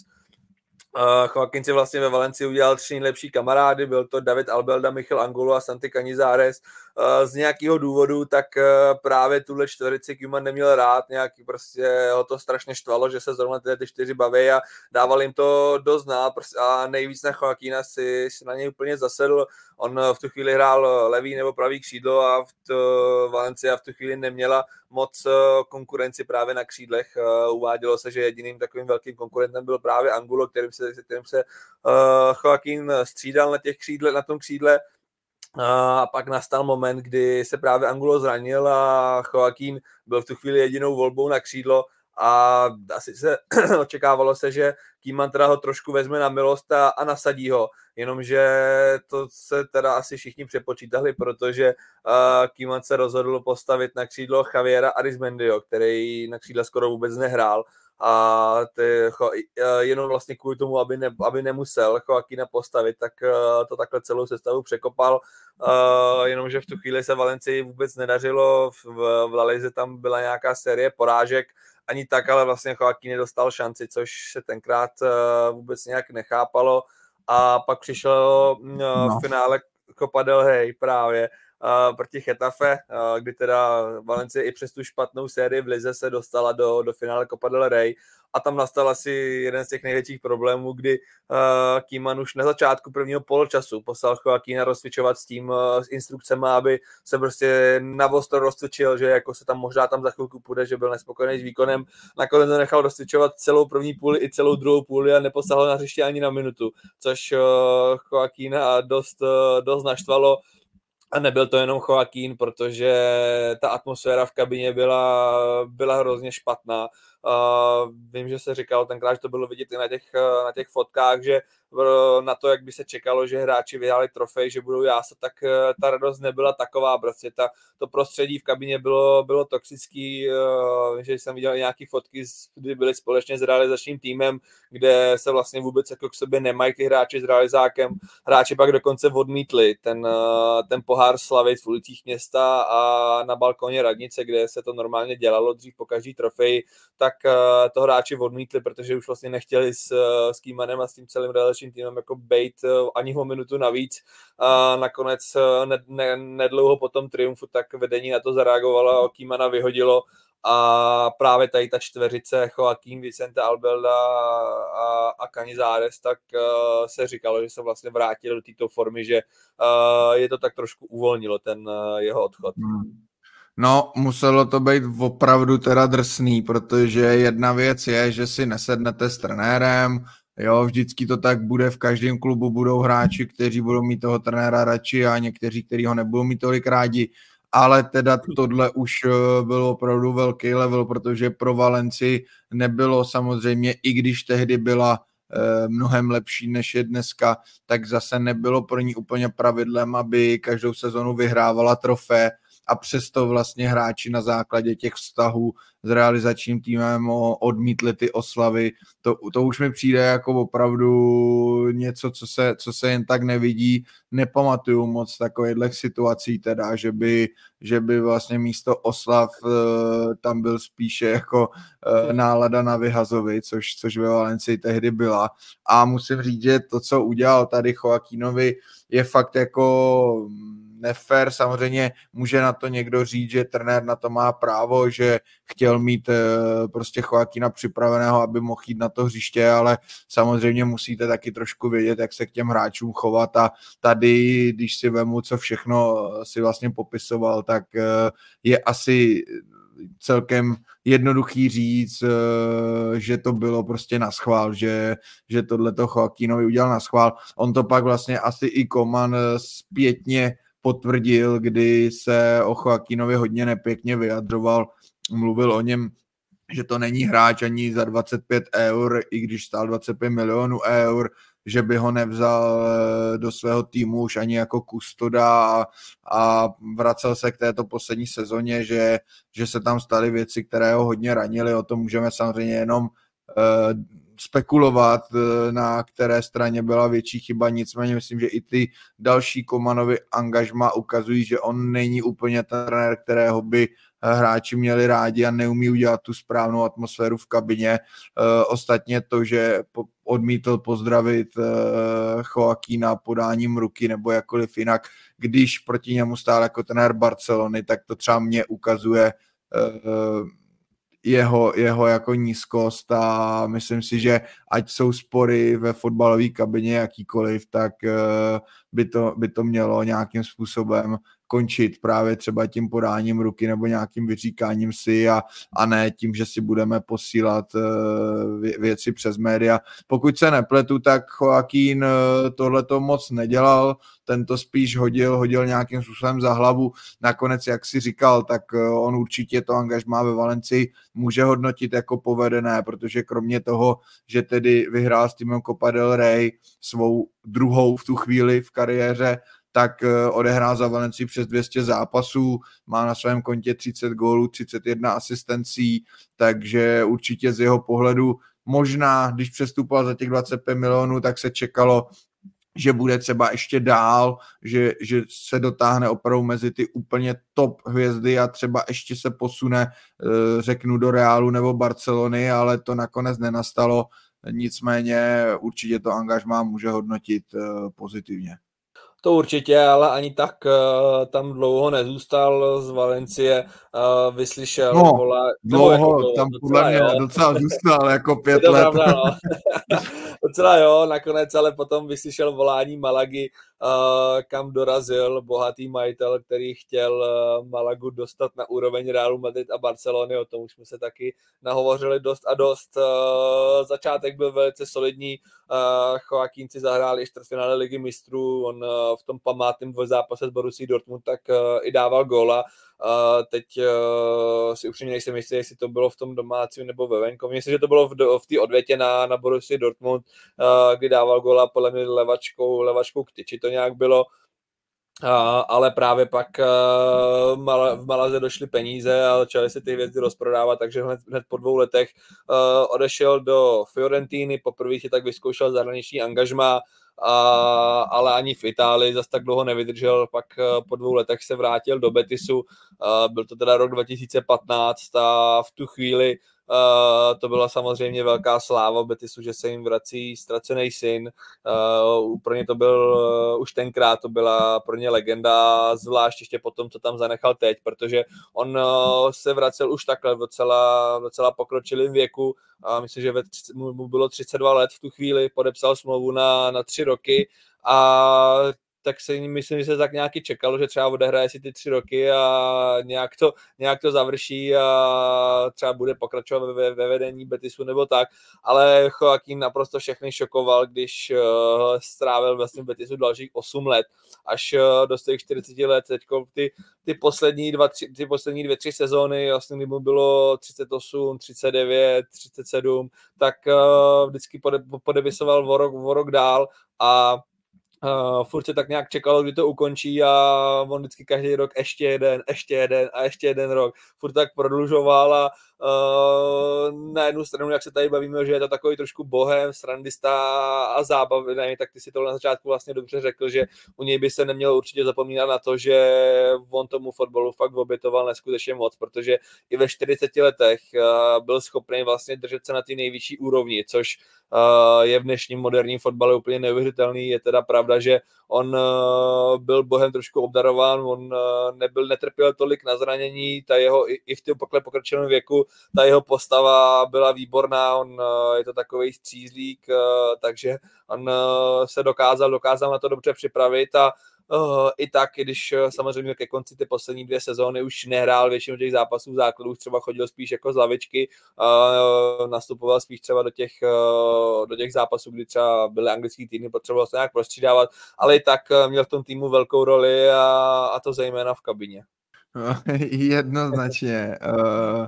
Uh, Joaquín si vlastně ve Valencii udělal tři nejlepší kamarády, byl to David Albelda, Michel Angulo a Santi Canizares. Uh, z nějakého důvodu, tak uh, právě tuhle čtvorici Koeman neměl rád, nějaký prostě ho to strašně štvalo, že se zrovna tyhle ty čtyři baví a dával jim to dost znát a nejvíc na Joaquína si, si na něj úplně zasedl. On v tu chvíli hrál levý nebo pravý křídlo a v to, Valencia v tu chvíli neměla moc konkurenci právě na křídlech. Uh, uvádělo se, že jediným takovým velkým konkurentem byl právě Angulo, kterým se, kterým se uh, Joaquín střídal na, těch křídle, na tom křídle. A pak nastal moment, kdy se právě Angulo zranil a Joaquín byl v tu chvíli jedinou volbou na křídlo a asi se očekávalo se, že Koeman teda ho trošku vezme na milost a, a nasadí ho, jenomže to se teda asi všichni přepočítali, protože uh, Koeman se rozhodl postavit na křídlo Javiera Arizmendiho, který na křídle skoro vůbec nehrál. A ty, jenom vlastně kvůli tomu, aby, ne, aby nemusel Joaquína postavit, tak uh, to takhle celou sestavu překopal, uh, jenomže v tu chvíli se Valencii vůbec nedařilo, v, v La Lize tam byla nějaká série porážek, ani tak, ale vlastně Joaquín nedostal šanci, což se tenkrát uh, vůbec nějak nechápalo a pak přišlo uh, no. v finále Copa del Rey právě, Uh, proti Getafe, uh, kdy teda Valencie i přes tu špatnou sérii v lize se dostala do, do finále Copa del Rey a tam nastal asi jeden z těch největších problémů, kdy uh, Koeman už na začátku prvního poločasu poslal Joaquína rozcvičovat s tím, uh, s instrukcemi, aby se prostě navostro rozcvičil, že jako se tam možná tam za chvilku půjde, že byl nespokojený s výkonem. Nakonec to nechal rozcvičovat celou první půli i celou druhou půli a neposlal na hřiště ani na minutu, což uh, Joaquína dost, uh, dost naštvalo. A nebyl to jenom Joaquín, protože ta atmosféra v kabině byla, byla hrozně špatná. Uh, vím, že se říkalo tenkrát, že to bylo vidět i na těch, na těch fotkách, že na to, jak by se čekalo, že hráči vyhráli trofej, že budou jásat, tak ta radost nebyla taková. Prostě ta, to prostředí v kabině bylo, bylo toxický, uh, že jsem viděl nějaké fotky, kdy byly společně s realizačním týmem, kde se vlastně vůbec jako k sobě nemají ty hráči s realizákem. Hráči pak dokonce odmítli ten, ten pohár slavit v ulicích města a na balkoně radnice, kde se to normálně dělalo dřív po každý trofej, tak tak to hráči odmítli, protože už vlastně nechtěli s, s Kýmanem a s tím celým realizačním týmem jako bejt ani o minutu navíc. A nakonec ne, ne, nedlouho po tom triumfu tak vedení na to zareagovalo, Kýmana vyhodilo a právě tady ta čtveřice Joaquín, Vicente Albelda a, a Canizares, tak uh, se říkalo, že se vlastně vrátil do této formy, že uh, je to tak trošku uvolnilo ten uh, jeho odchod. Hmm. No, muselo to být opravdu teda drsný, protože jedna věc je, že si nesednete s trenérem, jo, vždycky to tak bude, v každém klubu budou hráči, kteří budou mít toho trenéra radši a někteří, kteří ho nebudou mít tolik rádi, ale teda tohle už bylo opravdu velký level, protože pro Valenci nebylo samozřejmě, i když tehdy byla eh, mnohem lepší než je dneska, tak zase nebylo pro ní úplně pravidlem, aby každou sezonu vyhrávala trofé, a přesto vlastně hráči na základě těch vztahů s realizačním týmem odmítli ty oslavy. To, to už mi přijde jako opravdu něco, co se, co se jen tak nevidí. Nepamatuju moc takových situací teda, že by, že by vlastně místo oslav tam byl spíše jako nálada na vyhazovi, což, což ve Valencii tehdy byla. A musím říct, že to, co udělal tady Joaquínovi, je fakt jako nefér. Samozřejmě může na to někdo říct, že trenér na to má právo, že chtěl mít prostě Joaquína připraveného, aby mohl jít na to hřiště, ale samozřejmě musíte taky trošku vědět, jak se k těm hráčům chovat a tady, když si vemu, co všechno si vlastně popisoval, tak je asi celkem jednoduchý říct, že to bylo prostě na schvál, že, že tohleto Joaquínovi udělal na schvál. On to pak vlastně asi i Koman zpětně potvrdil, kdy se o Joaquínovi hodně nepěkně vyjadřoval, mluvil o něm, že to není hráč ani za dvacet pět eur, i když stál dvacet pět milionů eur, že by ho nevzal do svého týmu už ani jako kustoda a, a vracel se k této poslední sezóně, že, že se tam staly věci, které ho hodně ranily, o tom můžeme samozřejmě jenom uh, spekulovat, na které straně byla větší chyba, nicméně myslím, že i ty další Komanovy angažma ukazují, že on není úplně ten trenér, kterého by hráči měli rádi a neumí udělat tu správnou atmosféru v kabině. Ostatně to, že odmítl pozdravit Joaquína podáním ruky nebo jakkoliv jinak, když proti němu stál jako trenér Barcelony, tak to třeba mě ukazuje jeho, jeho jako nízkost a myslím si, že ať jsou spory ve fotbalové kabině jakýkoliv, tak by to, by to mělo nějakým způsobem končit právě třeba tím podáním ruky nebo nějakým vyříkáním si a, a ne tím, že si budeme posílat uh, věci přes média. Pokud se nepletu, tak Joaquín uh, tohleto moc nedělal, ten to spíš hodil, hodil nějakým způsobem za hlavu. Nakonec, jak si říkal, tak uh, on určitě to angažmá ve Valencii může hodnotit jako povedené, protože kromě toho, že tedy vyhrál s týmem Copa del Rey svou druhou v tu chvíli v kariéře, tak odehrál za Valencii přes dvě stě zápasů, má na svém kontě třicet gólů, třicet jedna asistencí, takže určitě z jeho pohledu možná, když přestupoval za těch dvacet pět milionů, tak se čekalo, že bude třeba ještě dál, že, že se dotáhne opravdu mezi ty úplně top hvězdy a třeba ještě se posune, řeknu, do Realu nebo Barcelony, ale to nakonec nenastalo, nicméně určitě to angažmá může hodnotit pozitivně. To určitě, ale ani tak uh, tam dlouho nezůstal z Valencie, uh, vyslyšel no, vola... dlouho, jako, tam docela, podle mě jo. docela zůstal, jako pět let. Pravda, no. Docela jo, nakonec, ale potom vyslyšel volání Malagy, uh, kam dorazil bohatý majitel, který chtěl uh, Malagu dostat na úroveň Realu Madrid a Barcelony, o tom už jsme se taky nahovořili dost a dost. Uh, začátek byl velice solidní, uh, Joaquín si zahrál i čtvrtfinále Ligy mistrů, on uh, v tom památném dvojzápase s Borussií Dortmund tak uh, i dával góla. Uh, teď uh, si upřímně nejsem jistý, jestli to bylo v tom domácím nebo ve venkově. Myslím, že to bylo v, v té odvětě na, na Borussii Dortmund, uh, kdy dával góla podle mě levačkou, levačkou k tyči, to nějak bylo. Uh, ale právě pak uh, Mal- v Malaze došly peníze a začaly se ty hvězdy rozprodávat, takže hned, hned po dvou letech uh, odešel do Fiorentiny, poprvé si tak vyzkoušel zahraniční angažmá, a, ale ani v Itálii zas tak dlouho nevydržel, pak po dvou letech se vrátil do Betisu, a byl to teda rok dva tisíce patnáct a v tu chvíli Uh, to byla samozřejmě velká sláva Betisu, že se jim vrací ztracený syn. Uh, pro ně to byl, uh, už tenkrát to byla pro ně legenda, zvlášť ještě po tom, co tam zanechal teď, protože on uh, se vracel už takhle v docela, docela pokročilém věku. A myslím, že ve, mu bylo třicet dva let v tu chvíli, podepsal smlouvu na, na tři roky a tak se myslím, že se tak nějaký čekalo, že třeba odehraje si ty tři roky a nějak to, nějak to završí a třeba bude pokračovat ve, ve vedení Betisu nebo tak, ale Joaquín naprosto všechny šokoval, když uh, strávil vlastně v Betisu dalších osm let, až uh, do těch čtyřicet let, teďko ty, ty poslední dva, tři, ty poslední dvě, tři sezóny, vlastně kdy mu bylo třicet osm, třicet devět, třicet sedm, tak uh, vždycky pode, podepisoval o rok, o rok dál a Uh, furt se tak nějak čekalo, kdy to ukončí a on vždycky každý rok ještě jeden, ještě jeden a ještě jeden rok. Furt tak prodlužoval a uh, na jednu stranu, jak se tady bavíme, že je to takový trošku bohem, srandista a zábavný, tak ty si to na začátku vlastně dobře řekl, že u něj by se nemělo určitě zapomínat na to, že on tomu fotbalu fakt obětoval neskutečně moc, protože i ve čtyřiceti letech uh, byl schopný vlastně držet se na té nejvyšší úrovni, což uh, je v dnešním moderním fotbale úplně neuvěřitelný. Je teda pravda, že on uh, byl bohem trošku obdarován, on uh, nebyl, netrpěl tolik na zranění, ta jeho, i, i v tom pokročilém věku, ta jeho postava byla výborná, on uh, je to takovej střízlík, uh, takže on uh, se dokázal, dokázal na to dobře připravit a Uh, i tak, když uh, samozřejmě ke konci ty poslední dvě sezóny už nehrál většinu těch zápasů v základu, třeba chodil spíš jako z lavičky, uh, nastupoval spíš třeba do těch, uh, do těch zápasů, kdy třeba byly anglický týmy, potřeboval se nějak prostřídávat, ale i tak uh, měl v tom týmu velkou roli a, a to zejména v kabině. Jednoznačně. Uh...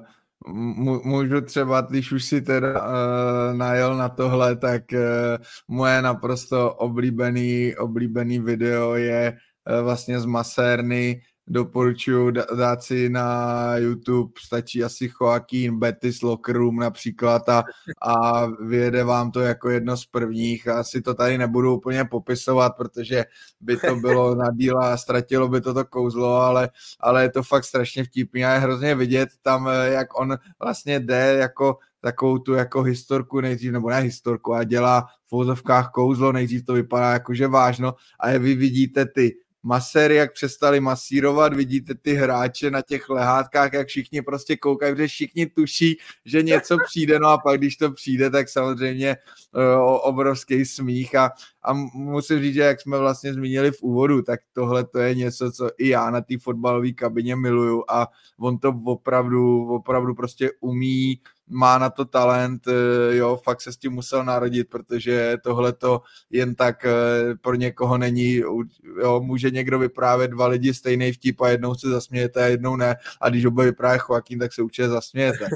Můžu třeba, když už si teda uh, najel na tohle, tak uh, moje naprosto oblíbený, oblíbený video je uh, vlastně z Masérny. Doporučuji dát si na YouTube, stačí asi Joaquín Betis Locker Room například a, a vyjede vám to jako jedno z prvních. Asi to tady nebudu úplně popisovat, protože by to bylo na díl a ztratilo by to to kouzlo, ale, ale je to fakt strašně vtipný a je hrozně vidět tam, jak on vlastně jde jako takovou tu jako historku nejdřív, nebo ne historku, a dělá v fouzovkách kouzlo, nejdřív to vypadá jakože vážno a je, vy vidíte ty maséry, jak přestali masírovat, vidíte ty hráče na těch lehátkách, jak všichni prostě koukají, protože všichni tuší, že něco přijde, no a pak když to přijde, tak samozřejmě o, obrovský smích a, a musím říct, že jak jsme vlastně zmínili v úvodu, tak tohle to je něco, co i já na té fotbalové kabině miluju a on to opravdu, opravdu prostě umí, má na to talent, jo, fakt se s tím musel narodit, protože tohle to jen tak pro někoho není, jo, může někdo vyprávět dva lidi stejný vtip a jednou se zasmějete a jednou ne a když oba vyprávět Joaquín, tak se určitě zasmějete.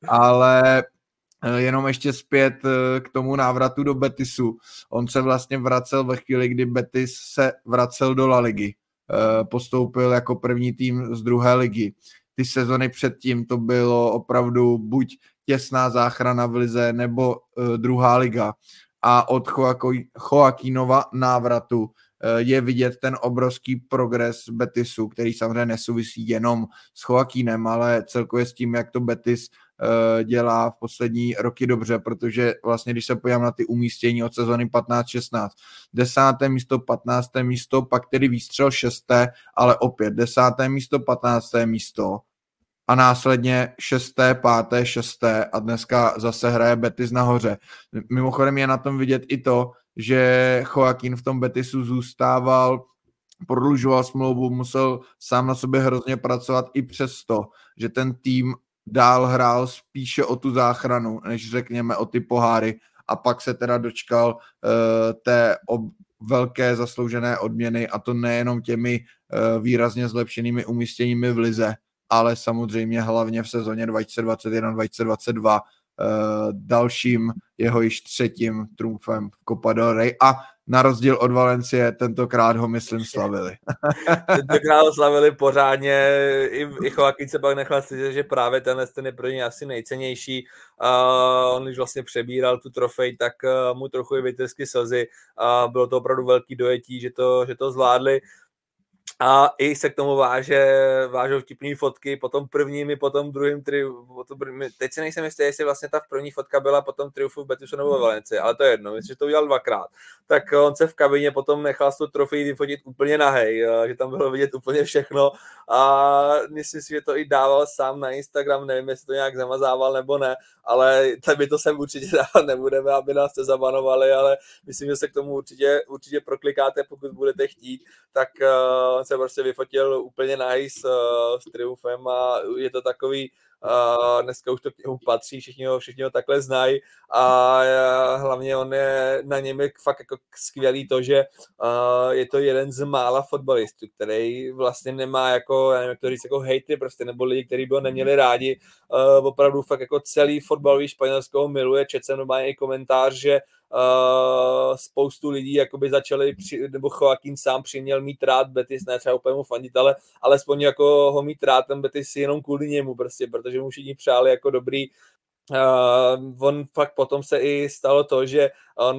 Ale jenom ještě zpět k tomu návratu do Betisu. On se vlastně vracel ve chvíli, kdy Betis se vracel do La Ligy. Postoupil jako první tým z druhé ligy. Ty sezony předtím to bylo opravdu buď těsná záchrana v lize nebo uh, druhá liga. A od Joaquínova návratu uh, je vidět ten obrovský progres Betisu, který samozřejmě nesouvisí jenom s Joaquínem, ale celkově s tím, jak to Betis uh, dělá v poslední roky dobře, protože vlastně, když se podívám na ty umístění od sezony patnáct šestnáct, desáté místo, patnácté místo, pak tedy výstřel šesté, ale opět desáté místo, patnácté místo, a následně šesté, páté, šesté a dneska zase hraje Betis nahoře. Mimochodem je na tom vidět i to, že Joaquín v tom Betisu zůstával, prodlužoval smlouvu, musel sám na sobě hrozně pracovat i přesto, že ten tým dál hrál spíše o tu záchranu, než řekněme o ty poháry a pak se teda dočkal uh, té ob- velké zasloužené odměny a to nejenom těmi uh, výrazně zlepšenými umístěními v lize, ale samozřejmě hlavně v sezóně dva tisíce dvacet jedna dva tisíce dvacet dva uh, dalším jeho již třetím trumfem v Copa del Rey a na rozdíl od Valencie tentokrát ho, myslím, slavili. Tentokrát ho slavili pořádně, i, i Joaquín se pak nechal slyšet, že právě tenhle ten je pro něj asi nejcennější. Uh, on když vlastně přebíral tu trofej, tak uh, mu trochu i vytrsky slzy a uh, bylo to opravdu velký dojetí, že to, že to zvládli. A i se k tomu váže, vážou vtipný fotky, potom prvními, potom druhým triumfu, teď si nejsem jistý, jestli vlastně ta první fotka byla potom triumfu v Betisu nebo ve Valencii, ale to je jedno, myslím, že to udělal dvakrát. Tak on se v kabině potom nechal s tou trofejí vyfotit úplně nahej, že tam bylo vidět úplně všechno a myslím si, že to i dával sám na Instagram, nevím, jestli to nějak zamazával nebo ne, ale tady to sem určitě dávat nebudeme, aby nás to zabanovali, ale myslím, že se k tomu určitě, určitě proklikáte, pokud budete chtít, tak uh, se prostě vyfotil úplně nice uh, s triumfem a je to takový, uh, dneska už to k němu patří, všichni ho, všichni ho takhle znají a uh, hlavně on je, na něm je fakt jako skvělý to, že uh, je to jeden z mála fotbalistů, který vlastně nemá jako, já nevím, jak to říct, jako hejty prostě, nebo lidi, kteří by ho neměli rádi, uh, opravdu fakt jako celý fotbalový Španělsko ho miluje, četl jsem normálně i komentář, že Uh, spoustu lidí jakoby začali, při, nebo Joaquín sám přiměl mít rád Betis, ne třeba úplně mu fandit, ale alespoň jako ho mít rád ten Betis jenom kvůli němu prostě, protože mu všichni přáli jako dobrý. Uh, on fakt potom se i stalo to, že on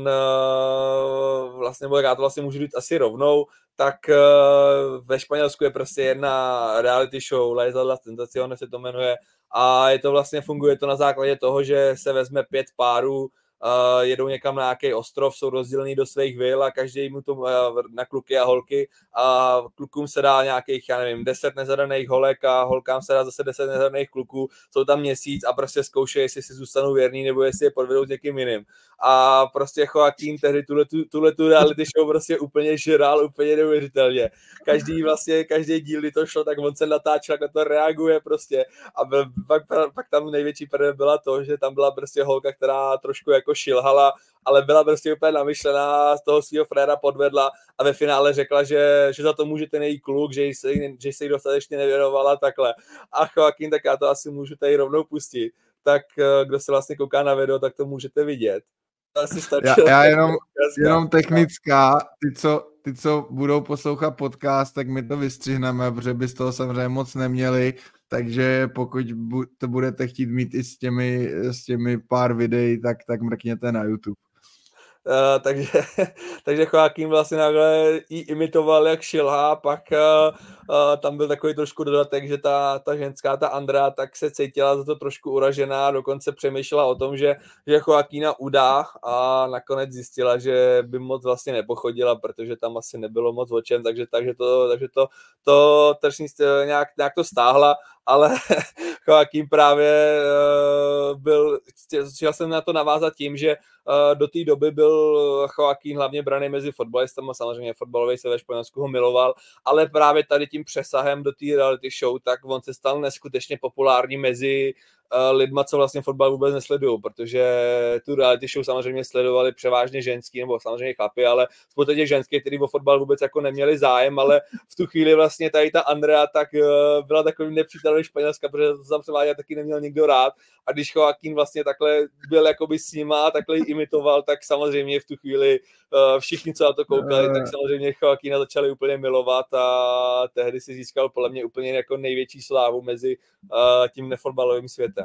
uh, vlastně, nebo já to vlastně můžu říct asi rovnou, tak uh, ve Španělsku je prostě jedna reality show, La Isla de las Tentaciones se to jmenuje, a je to vlastně, funguje to na základě toho, že se vezme pět párů, Uh, jedou někam na nějaký ostrov, jsou rozdělený do svých vil a každý mu to uh, na kluky a holky a klukům se dá nějakých, já nevím, deset nezadaných holek a holkám se dá zase deset nezadaných kluků, jsou tam měsíc a prostě zkoušejí, jestli si zůstanou věrný nebo jestli je podvedou s někým jiným. A prostě Joaquín tehdy tuhle tu reality show prostě úplně žral, úplně neuvěřitelně. Každý vlastně, každý díl, kdy to šlo, tak on se natáčel, jak na to reaguje prostě a byl, pak, pak tam největší prdel byla to, že tam byla prostě holka, která trošku jako šilhala, ale byla prostě úplně namyšlená, z toho svého fréra podvedla a ve finále řekla, že, že za to může ten její kluk, že se, že se jí dostatečně nevěnovala takhle. A Joaquín, tak já to asi můžu tady rovnou pustit. Tak kdo se vlastně kouká na video, tak to můžete vidět. Asi já, já jenom, jenom technická, ty co, ty, co budou poslouchat podcast, tak my to vystřihneme, protože by z toho samozřejmě moc neměli, takže pokud to budete chtít mít i s těmi, s těmi pár videí, tak, tak mrkněte na YouTube. Uh, takže, takže Joaquín vlastně takhle jí imitoval, jak šilhá, pak uh, uh, tam byl takový trošku dodatek, že ta, ta ženská, ta Andrea, tak se cítila za to trošku uražená, dokonce přemýšlela o tom, že, že Joaquína udá a nakonec zjistila, že by moc vlastně nepochodila, protože tam asi nebylo moc o čem, takže, takže to, takže to, to tržní nějak, nějak to stáhla, ale Joaquín právě uh, byl, chtěl jsem na to navázat tím, že uh, do té doby byl Joaquín hlavně braný mezi fotbalistama, samozřejmě fotbalový se ve Španělsku ho miloval, ale právě tady tím přesahem do té reality show, tak on se stal neskutečně populární mezi uh, lidma, co vlastně fotbal vůbec nesledují, protože tu reality show samozřejmě sledovali převážně ženský, nebo samozřejmě chlapi, ale spousta těch ženských, kteří o fotbal vůbec jako neměli zájem, ale v tu chvíli vlastně tady ta Andrea tak uh, byla takovým nepřítelem Španělska, protože to tam převádět taky neměl nikdo rád a když Joaquín vlastně takhle byl jakoby s nima a takhle imitoval, tak samozřejmě v tu chvíli uh, všichni, co na to koukali, tak samozřejmě Joaquína začali úplně milovat a tehdy si získal podle mě úplně jako největší slávu mezi uh, tím nefotbalovým světem.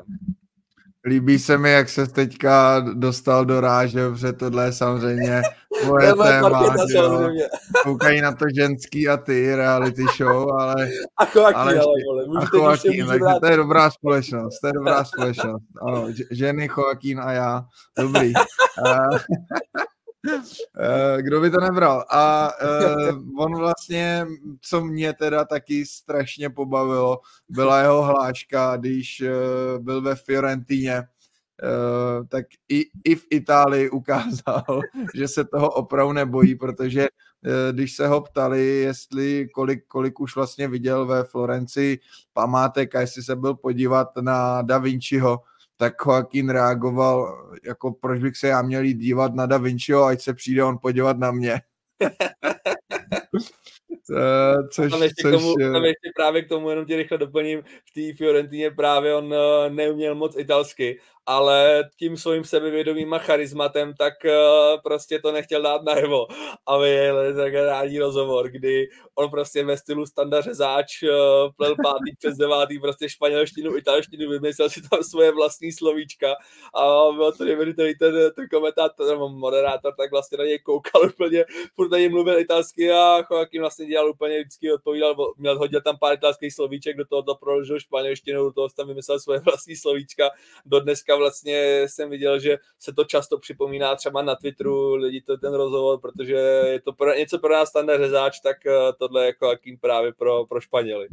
Líbí se mi, jak se teďka dostal do ráže, protože tohle je samozřejmě moje téma, koukají na to ženský a ty reality show, ale... A Joaquín, ale, ale a Joaquín, takže to je dobrá společnost, to je dobrá společnost, ano, ženy, Joaquín a já, dobrý. Kdo by to nebral? A uh, on vlastně, co mě teda taky strašně pobavilo, byla jeho hláška, když uh, byl ve Fiorentině, uh, tak i, i v Itálii ukázal, že se toho opravdu nebojí, protože uh, když se ho ptali, jestli kolik, kolik už vlastně viděl ve Florencii památek a jestli se byl podívat na Da Vinciho, tak Joaquín reagoval, jako proč bych se já měl jít dívat na Da Vinciho, ať se přijde on podívat na mě. což, tam, ještě což, tomu, tam ještě právě k tomu, jenom tě rychle doplním, v té Fiorentině právě on neuměl moc italsky ale tím svým sebevědomým a charizmatem, tak uh, prostě to nechtěl dát najevo. A vyjeli tak rádi rozhovor, kdy on prostě ve stylu Standa Řezáč uh, plel pátý přes devátý prostě španělštinu, italštinu, vymyslel si tam svoje vlastní slovíčka a byl to neuvěřitelný ten, ten komentátor, nebo moderátor, tak vlastně na něj koukal úplně, furt na něj mluvil italsky a Joaquín vlastně dělal úplně vždycky odpovídal, měl hodil tam pár italských slovíček, do toho to proložil španělštinou, do toho tam vymyslel svoje vlastní slovíčka. Do dneska vlastně jsem viděl, že se to často připomíná třeba na Twitteru, lidi to ten rozhovor, protože je to pro, něco pro nás Standa Řezáč, tak tohle je Joaquín právě pro, pro Španěly.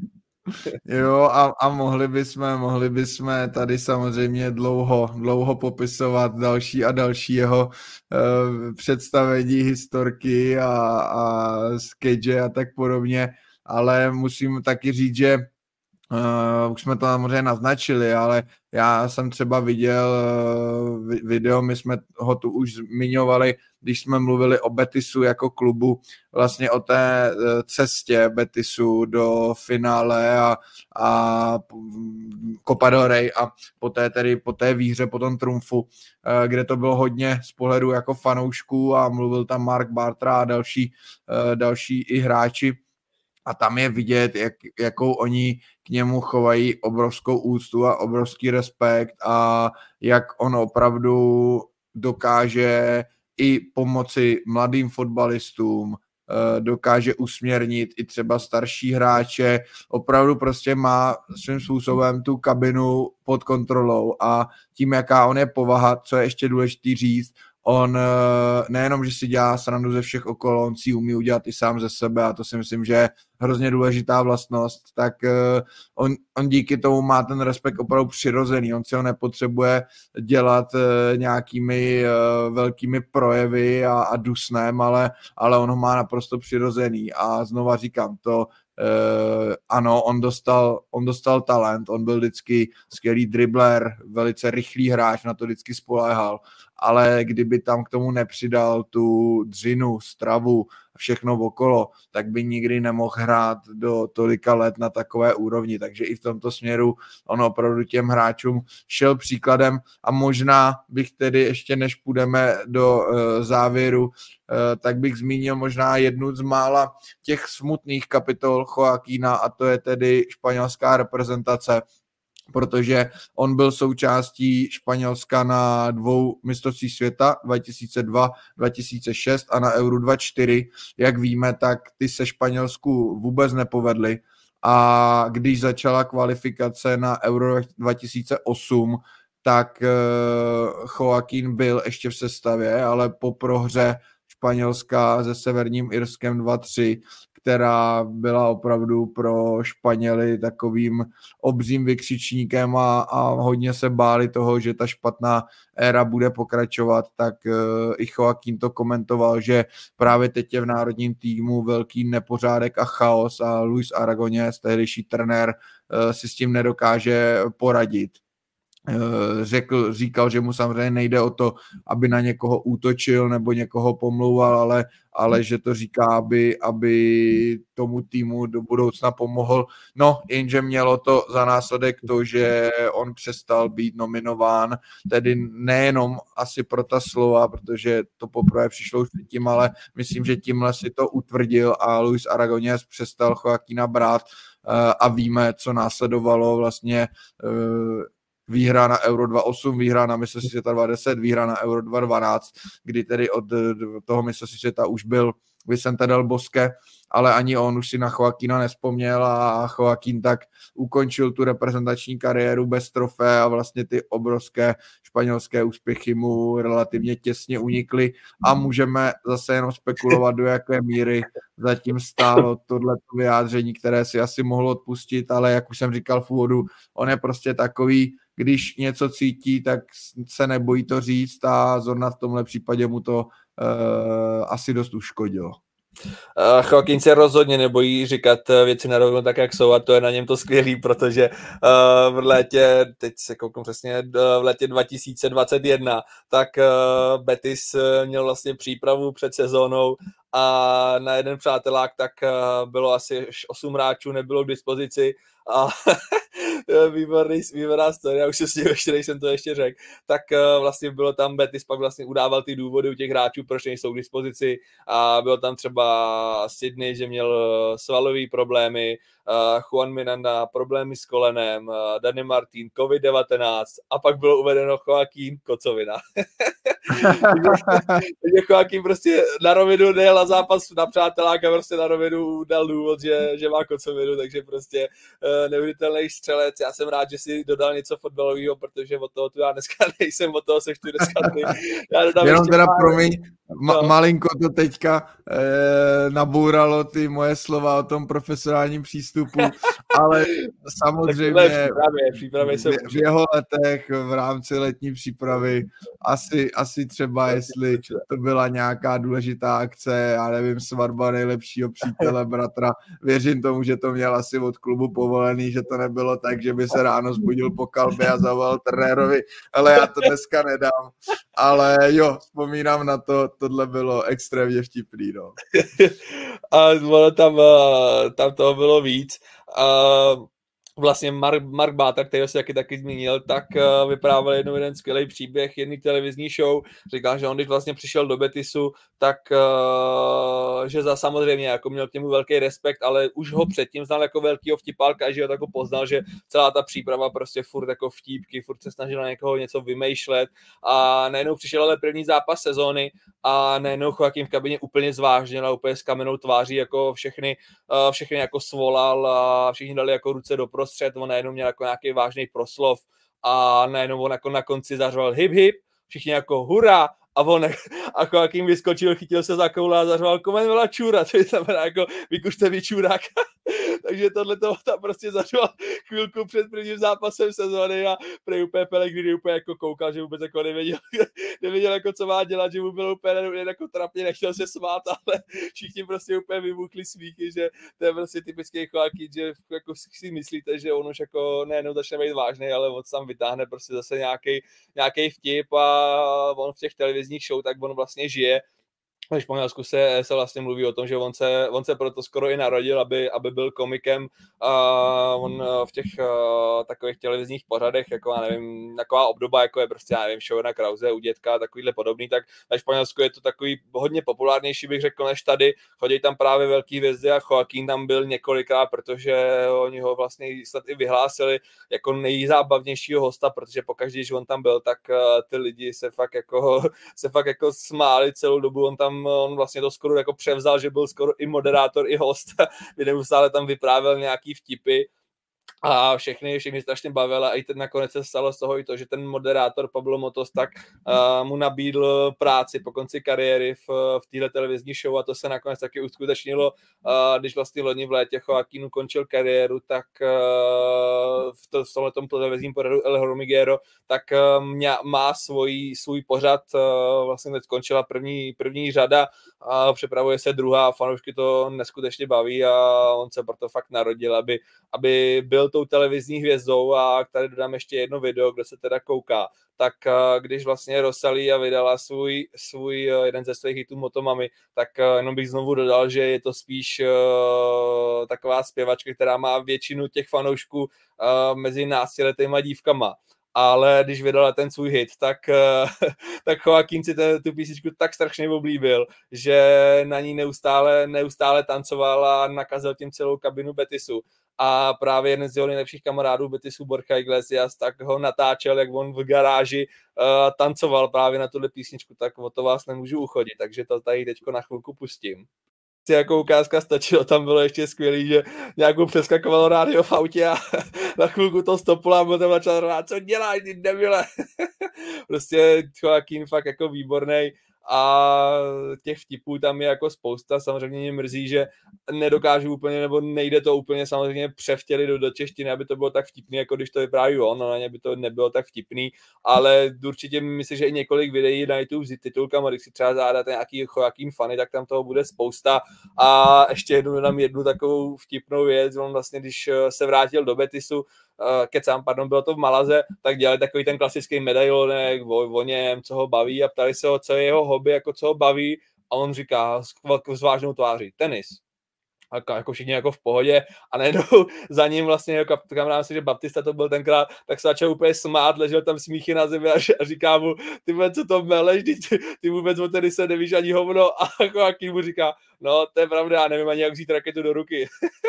Jo, a, a mohli bychom, mohli bychom tady samozřejmě dlouho, dlouho popisovat další a další jeho uh, představení, historky a, a sketche a tak podobně, ale musím taky říct, že Uh, už jsme to samozřejmě naznačili, ale já jsem třeba viděl uh, video, my jsme ho tu už zmiňovali, když jsme mluvili o Betisu jako klubu, vlastně o té uh, cestě Betisu do finále a, a Copa del Rey a poté tedy po té výhře, po tom trumfu, uh, kde to bylo hodně z pohledu jako fanoušků a mluvil tam Mark Bartra a další, uh, další i hráči. A tam je vidět, jak, jakou oni k němu chovají obrovskou úctu a obrovský respekt a jak on opravdu dokáže i pomoci mladým fotbalistům, dokáže usměrnit i třeba starší hráče, opravdu prostě má svým způsobem tu kabinu pod kontrolou a tím, jaká on je povaha, co je ještě důležitý říct, on nejenom, že si dělá srandu ze všech okolo, on si umí udělat i sám ze sebe a to si myslím, že je hrozně důležitá vlastnost, tak on, on díky tomu má ten respekt opravdu přirozený, on si ho nepotřebuje dělat nějakými velkými projevy a, a dusnem, ale, ale on ho má naprosto přirozený a znova říkám to, Uh, ano, on dostal, on dostal talent, on byl vždycky skvělý dribler, velice rychlý hráč, na to vždycky spoléhal, ale kdyby tam k tomu nepřidal tu dřinu, stravu, všechno okolo, tak by nikdy nemohl hrát do tolika let na takové úrovni, takže i v tomto směru on opravdu těm hráčům šel příkladem a možná bych tedy ještě než půjdeme do uh, závěru, uh, tak bych zmínil možná jednu z mála těch smutných kapitol Joaquína a to je tedy španělská reprezentace, protože on byl součástí Španělska na dvou mistrovství světa dva tisíce dva dva tisíce šest a na Euro dvacet čtyři. Jak víme, tak ty se Španělsku vůbec nepovedly a když začala kvalifikace na Euro dva tisíce osm, tak Joaquín byl ještě v sestavě, ale po prohře Španělska se Severním Irskem dva tři, která byla opravdu pro Španěly takovým obřím vykřičníkem a, a hodně se báli toho, že ta špatná éra bude pokračovat, tak uh, i Joaquín to komentoval, že právě teď je v národním týmu velký nepořádek a chaos a Luis Aragonés, tehdejší trenér, uh, si s tím nedokáže poradit. Řekl, říkal, že mu samozřejmě nejde o to, aby na někoho útočil nebo někoho pomlouval, ale, ale že to říká, aby, aby tomu týmu do budoucna pomohl. No, jenže mělo to za následek to, že on přestal být nominován, tedy nejenom asi pro ta slova, protože to poprvé přišlo už tím, ale myslím, že tímhle si to utvrdil a Luis Aragonés přestal Joaquína brát a víme, co následovalo vlastně výhra na Euro dvacet osm, výhra na mistrovství světa dvacet deset, výhra na Euro dvacet dvanáct, kdy tedy od toho mistrovství světa už byl Vicente del Bosque, ale ani on už si na Joaquína nespomněl a Joaquín tak ukončil tu reprezentační kariéru bez trofé a vlastně ty obrovské španělské úspěchy mu relativně těsně unikly a můžeme zase jenom spekulovat, do jaké míry zatím stálo tohleto vyjádření, které si asi mohlo odpustit, ale jak už jsem říkal v úvodu, on je prostě takový, když něco cítí, tak se nebojí to říct a zrovna v tomhle případě mu to uh, asi dost uškodilo. Uh, Joaquín se rozhodně nebojí říkat věci na rovinu tak, jak jsou a to je na něm to skvělý, protože uh, v létě, teď se kouknu přesně, v létě dva tisíce dvacet jedna, tak uh, Betis měl vlastně přípravu před sezónou a na jeden přátelák tak uh, bylo asi osm hráčů, nebylo k dispozici a výborný, výborná story, já už se s tím ještě, než jsem to ještě řekl, tak uh, vlastně bylo tam Betis, pak vlastně udával ty důvody u těch hráčů, proč nejsou k dispozici a bylo tam třeba Sydney, že měl svalový problémy, uh, Juan Miranda, problémy s kolenem, uh, Dani Martin, covid devatenáct a pak bylo uvedeno Joaquín kocovina. Takže Joaquín prostě na rovinu nejel na zápas na přátelák a prostě na rovinu dal důvod, že, že má kocovinu, takže prostě uh, neuvěřitelný střelec. Já jsem rád, že si dodal něco fotbalového, protože od toho tu já dneska nejsem, od toho seš tu dneska ty. Já dodám Jenom teda pár... promiň, ma- no. malinko to teďka eh, nabouralo ty moje slova o tom profesionálním přístupu, ale samozřejmě přípravě, přípravě se v, v jeho letech v rámci letní přípravy asi, asi třeba, jestli to byla nějaká důležitá akce, já nevím, svatba nejlepšího přítele, bratra, věřím tomu, že to měl asi od klubu povolený, že to nebylo tak, že by se ráno zbudil po kalbě a zavolal trenérovi, ale já to dneska nedám, ale jo, vzpomínám na to, tohle bylo extrémně vtipný, no. A ono tam, tam toho bylo víc. Uh, vlastně Mark, Mark Báta, který se taky taky zmínil, tak uh, vyprávěl jednou jeden skvělý příběh jedný televizní show. Říkal, že on, když vlastně přišel do Betisu, tak uh, že za samozřejmě jako měl k němu velký respekt, ale už ho předtím znal jako velkýho vtipálka, že ho tako poznal, že celá ta příprava prostě furt jako vtípky, furt se snažil na někoho něco vymýšlet a najednou přišel ale první zápas sezóny a najednou Joaquín v kabině úplně zvážněl a úplně s kamennou tváří jako všechny, uh, všechny jako svolal a všichni dali jako ruce do prostřed, on najednou měl jako nějaký vážný proslov a najednou on jako na konci zařval hip hip, všichni jako hurá a on a Joaquín vyskočil, chytil se za koule a zařval komen vela čůra, což znamená jako vykušte vy čůráka. Takže tohle to tam prostě zařval chvilku před prvním zápasem sezóny a prej úplně Pellegrini úplně jako koukal, že vůbec jako nevěděl, nevěděl jako co má dělat, že mu bylo úplně jen jako trapně, nechtěl se smát, ale všichni prostě úplně vybuchli smíchy, že to je prostě typický Joaquín, že jako si myslíte, že on už jako nejenom začne být vážný, ale on tam vytáhne prostě zase nějaký nějaký vtip a on v těch televizních show, tak on vlastně žije. V Španělsku se, se vlastně mluví o tom, že on se, on se proto skoro i narodil, aby, aby byl komikem. A on v těch uh, takových televizních pořadech, jako já nevím, taková obdoba, jako je prostě, já nevím, show na Krause, u dětka, takovýhle podobný, tak ve Španělsku je to takový hodně populárnější, bych řekl, než tady. Chodí tam právě velký hvězdy a Joaquín tam byl několikrát, protože oni ho vlastně snad i vyhlásili jako nejzábavnějšího hosta, protože pokaždé, když on tam byl, tak uh, ty lidi se fakt jako, se fakt jako smáli celou dobu, on tam on vlastně to skoro jako převzal, že byl skoro i moderátor, i host, kdy neustále tam vyprávěl nějaký vtipy a všechny, všechny strašně bavil a i teď nakonec se stalo z toho i to, že ten moderátor Pablo Motos tak uh, mu nabídl práci po konci kariéry v, v téhle televizní show a to se nakonec taky uskutečnilo, uh, když vlastně loni v létě Joaquín ukončil kariéru, tak uh, v, to, v tomhletom televizním pořadu El Hormiguero, tak uh, mě, má svůj, svůj pořad, uh, vlastně teď skončila první, první řada a připravuje se druhá, fanoušky to neskutečně baví a on se proto fakt narodil, aby, aby byl tou televizní hvězdou a tady dodám ještě jedno video, kde se teda kouká, tak když vlastně Rosalía vydala svůj, svůj jeden ze svých hitů Motomami, tak jenom bych znovu dodal, že je to spíš uh, taková zpěvačka, která má většinu těch fanoušků uh, mezi náctiletýma dívkama. Ale když vydala ten svůj hit, tak, tak Joaquín si ten, tu písničku tak strašně oblíbil, že na ní neustále, neustále tancoval a nakazil tím celou kabinu Betisu. A právě jeden z jeho nejlepších kamarádů Betisu, Borja Iglesias, tak ho natáčel, jak on v garáži uh, tancoval právě na tuhle písničku, tak o to vás nemůžu uchodit, takže to tady teďko na chvilku pustím. Jako ukázka stačilo, tam bylo ještě skvělý, že nějakou přeskakovalo rádio v autě a na chvilku to stoplo a potom začal rát, co děláš, ty debile. Prostě Joaquín fakt jako výborný a těch vtipů tam je jako spousta, samozřejmě mě mrzí, že nedokážu úplně, nebo nejde to úplně samozřejmě převtělit do, do češtiny, aby to bylo tak vtipný, jako když to vypráví on, no na ně by to nebylo tak vtipný, ale určitě myslím, že i několik videí na YouTube s titulkama, když si třeba zádáte nějaký Joaquín fany, tak tam toho bude spousta a ještě jednu dám jednu takovou vtipnou věc, on vlastně, když se vrátil do Betisu, Uh, kecám, pardon, bylo to v Malaze, tak dělali takový ten klasický medailonek o, o něm, co ho baví a ptali se ho, co je jeho hobby, jako co ho baví a on říká s, s vážnou tváří, tenis. jako, jako všichni jako v pohodě a najednou za ním vlastně, jako kamarád si, že Baptista to byl tenkrát, tak se začal úplně smát, ležel tam smíchy na zemi a, a říká mu, ty vůbec, co to meleš, ty, ty vůbec o tenise nevíš ani hovno a Joaquín mu říká, no to je pravda, já nevím ani jak vzít raketu do ruky.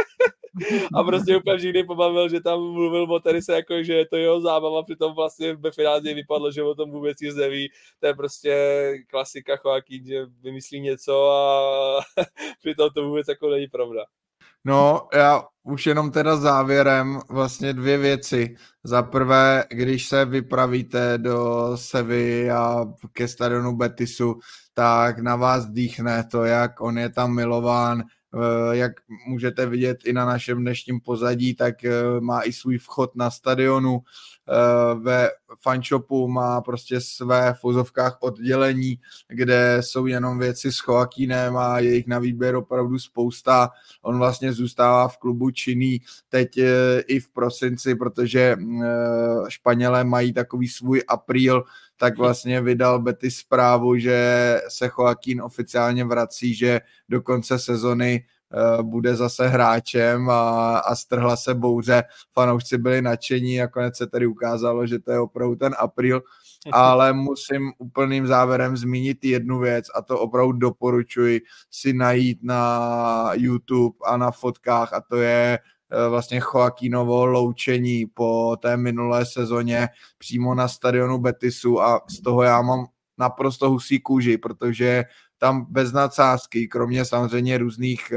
A prostě úplně vždy pobavil, že tam mluvil o tenise, jako, že je to jeho zábava, přitom vlastně ve finále vypadlo, že o tom vůbec nic neví. To je prostě klasika Joaquín, že vymyslí něco a přitom to vůbec jako není pravda. No, já už jenom teda závěrem vlastně dvě věci. Za prvé, když se vypravíte do Sevilly a ke stadionu Betisu, tak na vás dýchne to, jak on je tam milován, jak můžete vidět i na našem dnešním pozadí, tak má i svůj vchod na stadionu. Ve fanshopu má prostě své v uvozovkách oddělení, kde jsou jenom věci s Joaquínem a jejich na výběr opravdu spousta. On vlastně zůstává v klubu činný teď i v prosinci, protože Španělé mají takový svůj apríl, tak vlastně vydal Betis zprávu, že se Joaquín oficiálně vrací, že do konce sezony bude zase hráčem a, a strhla se bouře. Fanoušci byli nadšení, nakonec se tady ukázalo, že to je opravdu ten apríl, ale musím úplným závěrem zmínit jednu věc a to opravdu doporučuji si najít na YouTube a na fotkách a to je vlastně Joaquínovo loučení po té minulé sezóně přímo na stadionu Betisu a z toho já mám naprosto husí kůži, protože tam bez nadsázky, kromě samozřejmě různých,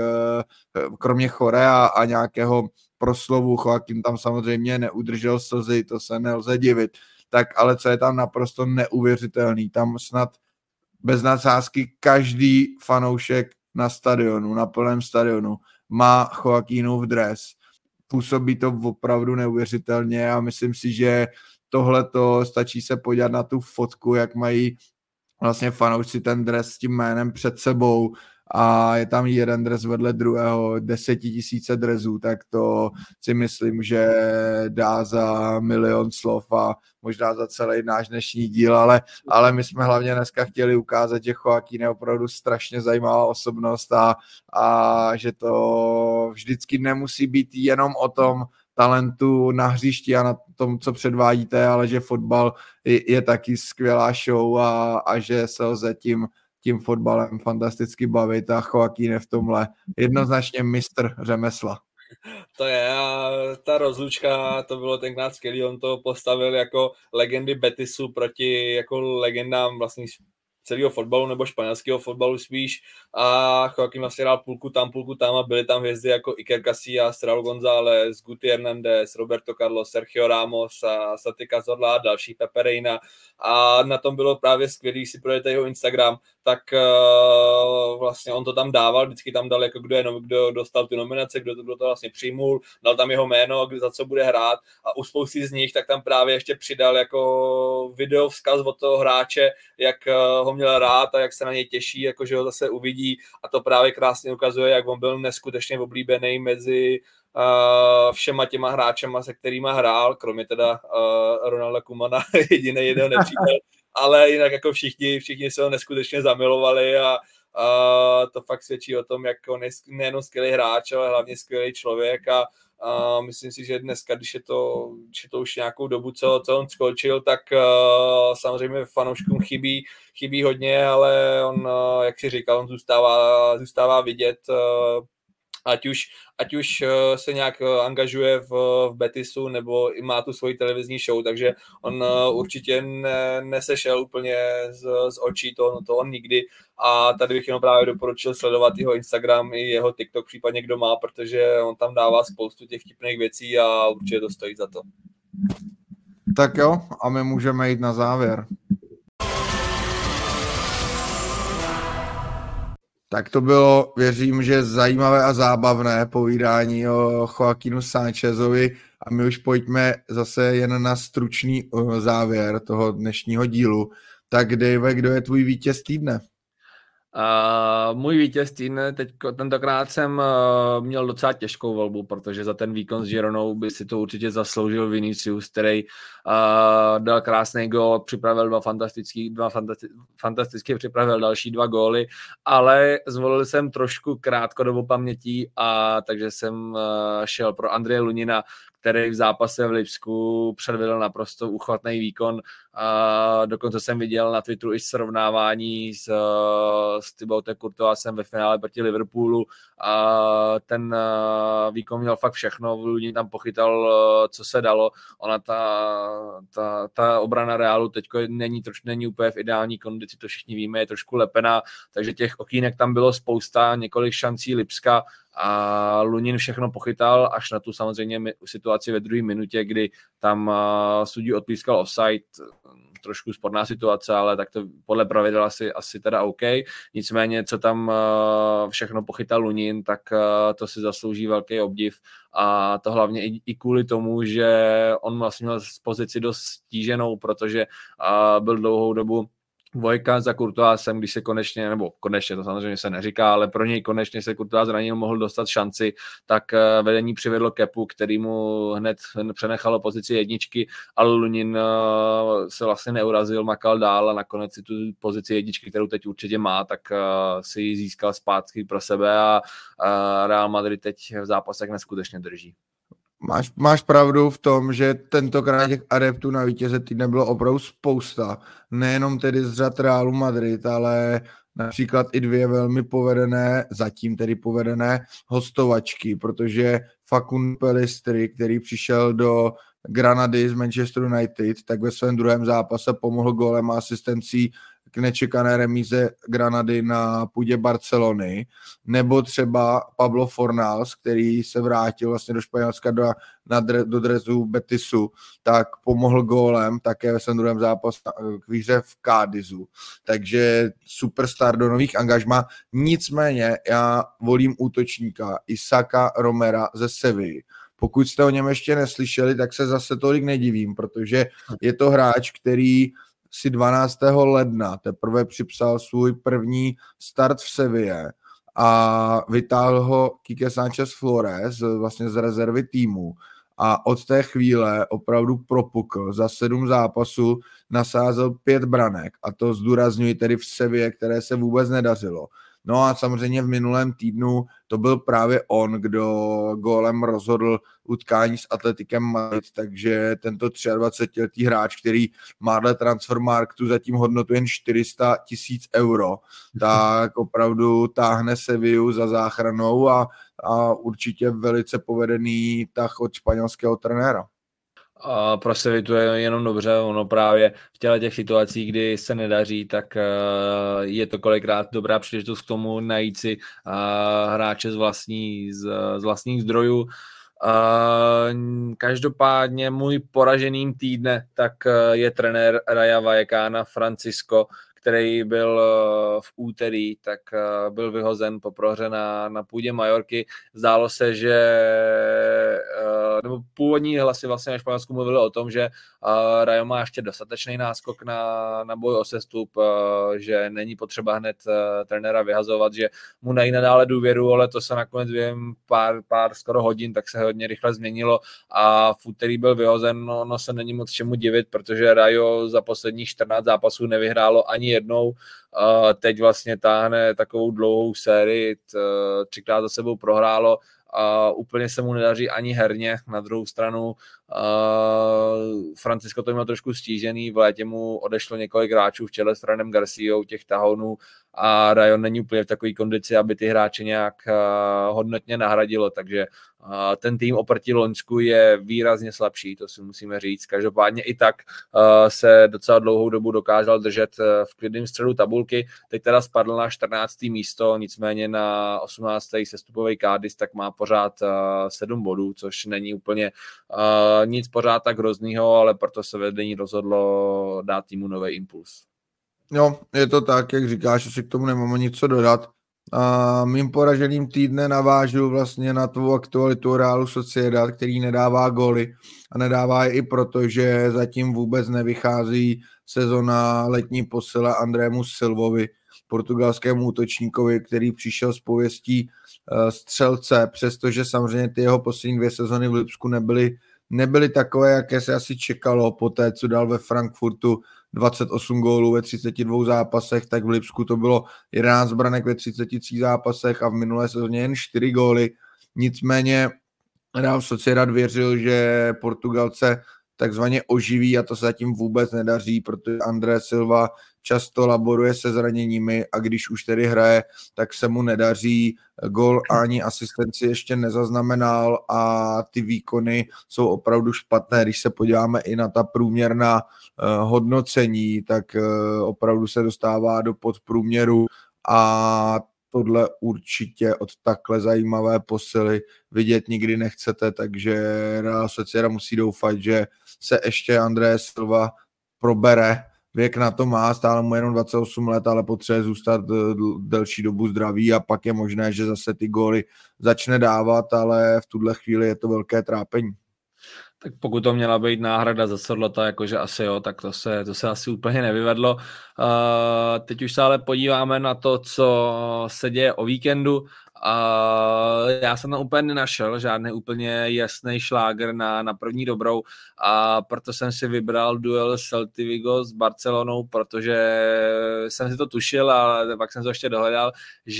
kromě chore a, a nějakého proslovu, Joaquín tam samozřejmě neudržel slzy, to se nelze divit, tak ale co je tam naprosto neuvěřitelný, tam snad bez nadsázky každý fanoušek na stadionu, na plném stadionu má Joaquínův dres. Působí to opravdu neuvěřitelně a myslím si, že tohleto stačí se podívat na tu fotku, jak mají vlastně fanoušci ten dres s tím jménem před sebou a je tam jeden dres vedle druhého, desetitisíce dresů, tak to si myslím, že dá za milion slov a možná za celý náš dnešní díl, ale, ale my jsme hlavně dneska chtěli ukázat, že Joaquín je opravdu strašně zajímavá osobnost a, a že to vždycky nemusí být jenom o tom talentu na hřišti a na tom, co předvádíte, ale že fotbal je, je taky skvělá show a, a že se lze tím, tím fotbalem fantasticky bavit a Joaquín je v tomhle jednoznačně mistr řemesla. To je a ta rozlučka, to bylo tenkrát skvělý, on to postavil jako legendy Betisu proti jako legendám vlastně celého fotbalu nebo španělského fotbalu spíš a Joaquín vlastně hrál půlku tam, půlku tam a byly tam hvězdy jako Iker Casillas, Raúl González, Guti Hernández, Roberto Carlos, Sergio Ramos a Santi Cazorla a další, Pepe Reina a na tom bylo právě skvělý, si projdete jeho Instagram, tak uh, vlastně on to tam dával, vždycky tam dal jako kdo, je, kdo dostal tu nominaci, kdo to, kdo to vlastně přijmul, dal tam jeho jméno, kdo, za co bude hrát a u spousty z nich tak tam právě ještě přidal jako video vzkaz od toho hráče, jak uh, ho měl rád a jak se na něj těší, jako že ho zase uvidí a to právě krásně ukazuje, jak on byl neskutečně oblíbený mezi uh, všema těma hráčema, se kterýma hrál, kromě teda uh, Ronalda Koemana, jediný jeden nepřítel, ale jinak jako všichni, všichni se ho neskutečně zamilovali a uh, to fakt svědčí o tom, jak on je nejenom skvělý hráč, ale hlavně skvělý člověk a Uh, myslím si, že dneska, když je to, když je to už nějakou dobu, co, co on skončil, tak uh, samozřejmě fanouškům chybí, chybí hodně, ale on, uh, jak si říkal, on zůstává, zůstává vidět, uh, ať už, ať už uh, se nějak uh, angažuje v, v Betisu, nebo i má tu svoji televizní show, takže on uh, určitě ne, nesešel úplně z, z očí, to, to on nikdy. A tady bych jenom právě doporučil sledovat jeho Instagram i jeho TikTok, případně kdo má, protože on tam dává spoustu těch vtipných věcí a určitě to stojí za to. Tak jo, a my můžeme jít na závěr. Tak to bylo, věřím, že zajímavé a zábavné povídání o Joaquínu Sánchezovi a my už pojďme zase jen na stručný závěr toho dnešního dílu. Tak Dave, kdo je tvůj vítěz týdne? Uh, můj vítěz týdne, teď tentokrát jsem uh, měl docela těžkou volbu, protože za ten výkon s Gironou by si to určitě zasloužil Vinicius, který uh, dal krásný gól, připravil dva fantastický, dva fantasticky, fantasticky připravil další dva góly, ale zvolil jsem trošku krátkodobou pamětí, a takže jsem uh, šel pro Andreje Lunina, který v zápase v Lipsku předvedl naprosto uchvatný výkon. A dokonce jsem viděl na Twitteru i srovnávání s, s Thibautem Courtoisem ve finále proti Liverpoolu. A ten výkon měl fakt všechno. Lunin tam pochytal, co se dalo. Ona ta, ta, ta obrana Realu teď není, troš, není úplně v ideální kondici, to všichni víme, je trošku lepená, takže těch okýnek tam bylo spousta, několik šancí Lipska, a Lunin všechno pochytal až na tu samozřejmě situaci ve druhé minutě, kdy tam uh, sudí odpískal offside, trošku sporná situace, ale tak to podle pravidel asi, asi teda OK. Nicméně, co tam uh, všechno pochytal Lunin, tak uh, to si zaslouží velký obdiv, a to hlavně i, i kvůli tomu, že on vlastně měl z pozici dost stíženou, protože uh, byl dlouhou dobu dvojka za Courtoisem, když se konečně, nebo konečně, to samozřejmě se neříká, ale pro něj konečně se Courtois zranil, mohl dostat šanci, tak vedení přivedlo Kepu, který mu hned přenechalo pozici jedničky, ale Lunin se vlastně neurazil, makal dál a nakonec si tu pozici jedničky, kterou teď určitě má, tak si ji získal zpátky pro sebe, a Real Madrid teď v zápasech neskutečně drží. Máš, máš pravdu v tom, že tentokrát těch adeptů na vítěze týdne bylo opravdu spousta. Nejenom tedy z řad Realu Madrid, ale například i dvě velmi povedené, zatím tedy povedené hostovačky, protože Facundo Pellistri, který přišel do Granady z Manchester United, tak ve svém druhém zápase pomohl gólem a asistencí k nečekané remíze Granady na půdě Barcelony, nebo třeba Pablo Fornals, který se vrátil vlastně do Španělska do, na, do dresu Betisu, tak pomohl gólem také ve svém druhém zápase k výhře v Cádizu. Takže superstar do nových angažmá. Nicméně já volím útočníka Isaka Romera ze Sevilly. Pokud jste o něm ještě neslyšeli, tak se zase tolik nedivím, protože je to hráč, který si dvanáctého ledna teprve připsal svůj první start v Seville a vytáhl ho Quique Sánchez Flores vlastně z rezervy týmu, a od té chvíle opravdu propukl. Za sedm zápasů nasázel pět branek, a to zdůrazňuji tedy v Seville, které se vůbec nedařilo. No a samozřejmě v minulém týdnu to byl právě on, kdo gólem rozhodl utkání s Atletikem Madrid, takže tento dvacetiletý hráč, který má dle Transfermarktu zatím hodnotu jen čtyři sta tisíc euro, tak opravdu táhne Sevillu za záchranou, a, a určitě velice povedený tah od španělského trenéra. A pro Sevillu to je jenom dobře, ono právě v těle těch situací, kdy se nedaří, tak je to kolikrát dobrá příležitost k tomu najít si hráče z, vlastní, z, z vlastních zdrojů. Každopádně můj poraženým týdne tak je trenér Raja Vallecana Francisco, který byl v úterý, tak byl vyhozen po prohře na, na půdě Majorky. Zdálo se, že nebo původní hlasy vlastně na Španělsku mluvili o tom, že Rayo má ještě dostatečný náskok na, na boj o sestup, že není potřeba hned trenéra vyhazovat, že mu dají nadále důvěru, ale to se nakonec během pár, pár skoro hodin, tak se hodně rychle změnilo, a v úterý byl vyhozen. No, no se není moc čemu divit, protože Rayo za posledních čtrnáct zápasů nevyhrálo ani jednou. Teď vlastně táhne takovou dlouhou sérii, třikrát za sebou prohrálo, a úplně se mu nedaří ani herně. Na druhou stranu uh, Francisco to měl trošku stížený, v létě mu odešlo několik hráčů v čele s Franem Garciou, těch tahounů, a Rayo není úplně v takové kondici, aby ty hráče nějak uh, hodnotně nahradilo, takže uh, ten tým oproti Loňsku je výrazně slabší, to si musíme říct. Každopádně i tak uh, se docela dlouhou dobu dokázal držet uh, v klidném středu tabulky, teď teda spadl na čtrnácté místo, nicméně na osmnácté sestupový Cádiz tak má pořád uh, sedm bodů, což není úplně uh, nic pořád tak hroznýho, ale proto se vedení rozhodlo dát týmu nový impuls. Jo, je to tak, jak říkáš, že si k tomu nemám nic co dodat. A mým poraženým týdne navážu vlastně na tvou aktualitu Realu Sociedad, který nedává góly, a nedává je i proto, že zatím vůbec nevychází sezona letní posila Andrému Silvovi. portugalskému útočníkovi, který přišel z pověstí střelce, přestože samozřejmě ty jeho poslední dvě sezony v Lipsku nebyly, nebyly takové, jaké se asi čekalo po té, co dal ve Frankfurtu dvacet osm gólů ve třiceti dvou zápasech, tak v Lipsku to bylo jedenáct branek ve třiceti třech zápasech a v minulé sezóně jen čtyři góly. Nicméně Real Sociedad věřil, že Portugalce takzvaně oživí a to se zatím vůbec nedaří, protože André Silva často laboruje se zraněními a když už tedy hraje, tak se mu nedaří. Gól ani asistenci ještě nezaznamenal a ty výkony jsou opravdu špatné. Když se podíváme i na ta průměrná uh, hodnocení, tak uh, opravdu se dostává do podprůměru a tohle určitě od takhle zajímavé posily vidět nikdy nechcete, takže Real Sociedad musí doufat, že se ještě André Silva probere. Věk na to má, stále mu jenom dvacet osm let, ale potřebuje zůstat delší dobu zdravý a pak je možné, že zase ty góly začne dávat, ale v tuhle chvíli je to velké trápení. Tak pokud to měla být náhrada za Sorlota, jakože asi jo, tak to se, to se asi úplně nevyvedlo. Uh, teď už se ale podíváme na to, co se děje o víkendu. Uh, já jsem tam úplně nenašel žádný úplně jasný šláger na, na první dobrou a proto jsem si vybral duel Celta Vigo s Barcelonou, protože jsem si to tušil a pak jsem to ještě dohledal,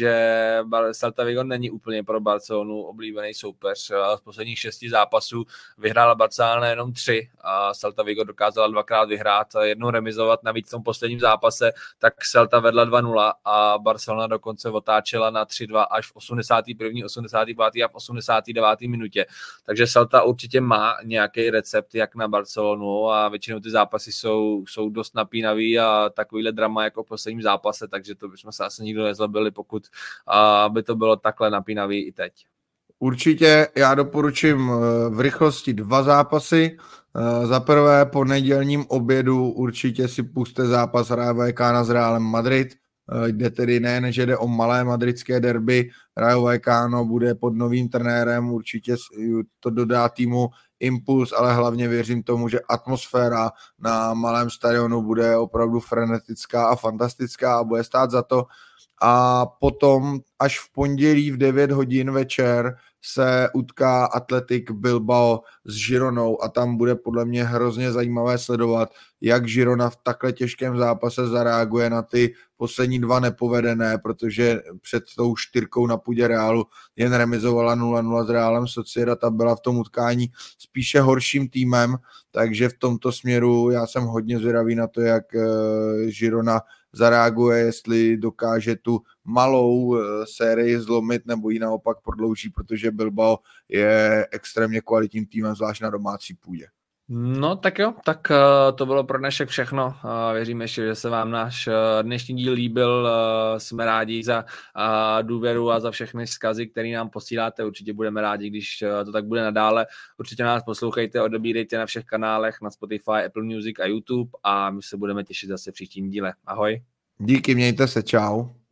že Celta Vigo není úplně pro Barcelonu oblíbený soupeř. Z posledních šesti zápasů vyhrála Barcelona jenom tři a Celta Vigo dokázala dvakrát vyhrát, jednou remizovat, navíc v tom posledním zápase, tak Celta vedla dva nula a Barcelona dokonce otáčela na tři dva až v osmdesáté první, osmdesáté páté a v osmdesáté deváté minutě. Takže Celta určitě má nějaký recept, jak na Barcelonu a většinou ty zápasy jsou, jsou dost napínavý a takovýhle drama jako v posledním zápase, takže to bychom se asi nikdo nezlobili, pokud by to bylo takhle napínavý i teď. Určitě já doporučím v rychlosti dva zápasy. Za prvé po nedělním obědu určitě si puste zápas Rayo Vallecano s Realem Madrid. Jde tedy nejen, že jde o malé madridské derby, Rayo Vallecano bude pod novým trenérem, určitě to dodá týmu impuls, ale hlavně věřím tomu, že atmosféra na malém stadionu bude opravdu frenetická a fantastická a bude stát za to. A potom až v pondělí v devět hodin večer se utká Athletic Bilbao s Gironou a tam bude podle mě hrozně zajímavé sledovat, jak Girona v takhle těžkém zápase zareaguje na ty poslední dva nepovedené, protože před tou čtyřkou na půdě Realu jen remizovala nula nula s Realem Sociedad a byla v tom utkání spíše horším týmem, takže v tomto směru já jsem hodně zvědavý na to, jak Girona zareaguje, jestli dokáže tu malou sérii zlomit nebo ji naopak prodlouží, protože Bilbao je extrémně kvalitním týmem, zvlášť na domácí půdě. No tak jo, tak uh, to bylo pro dnešek všechno. Uh, věříme, že se vám náš uh, dnešní díl líbil. Uh, jsme rádi za uh, důvěru a za všechny vzkazy, které nám posíláte. Určitě budeme rádi, když uh, to tak bude nadále. Určitě nás poslouchejte, odebírejte na všech kanálech, na Spotify, Apple Music a YouTube a my se budeme těšit zase v příštím díle. Ahoj. Díky, mějte se, čau.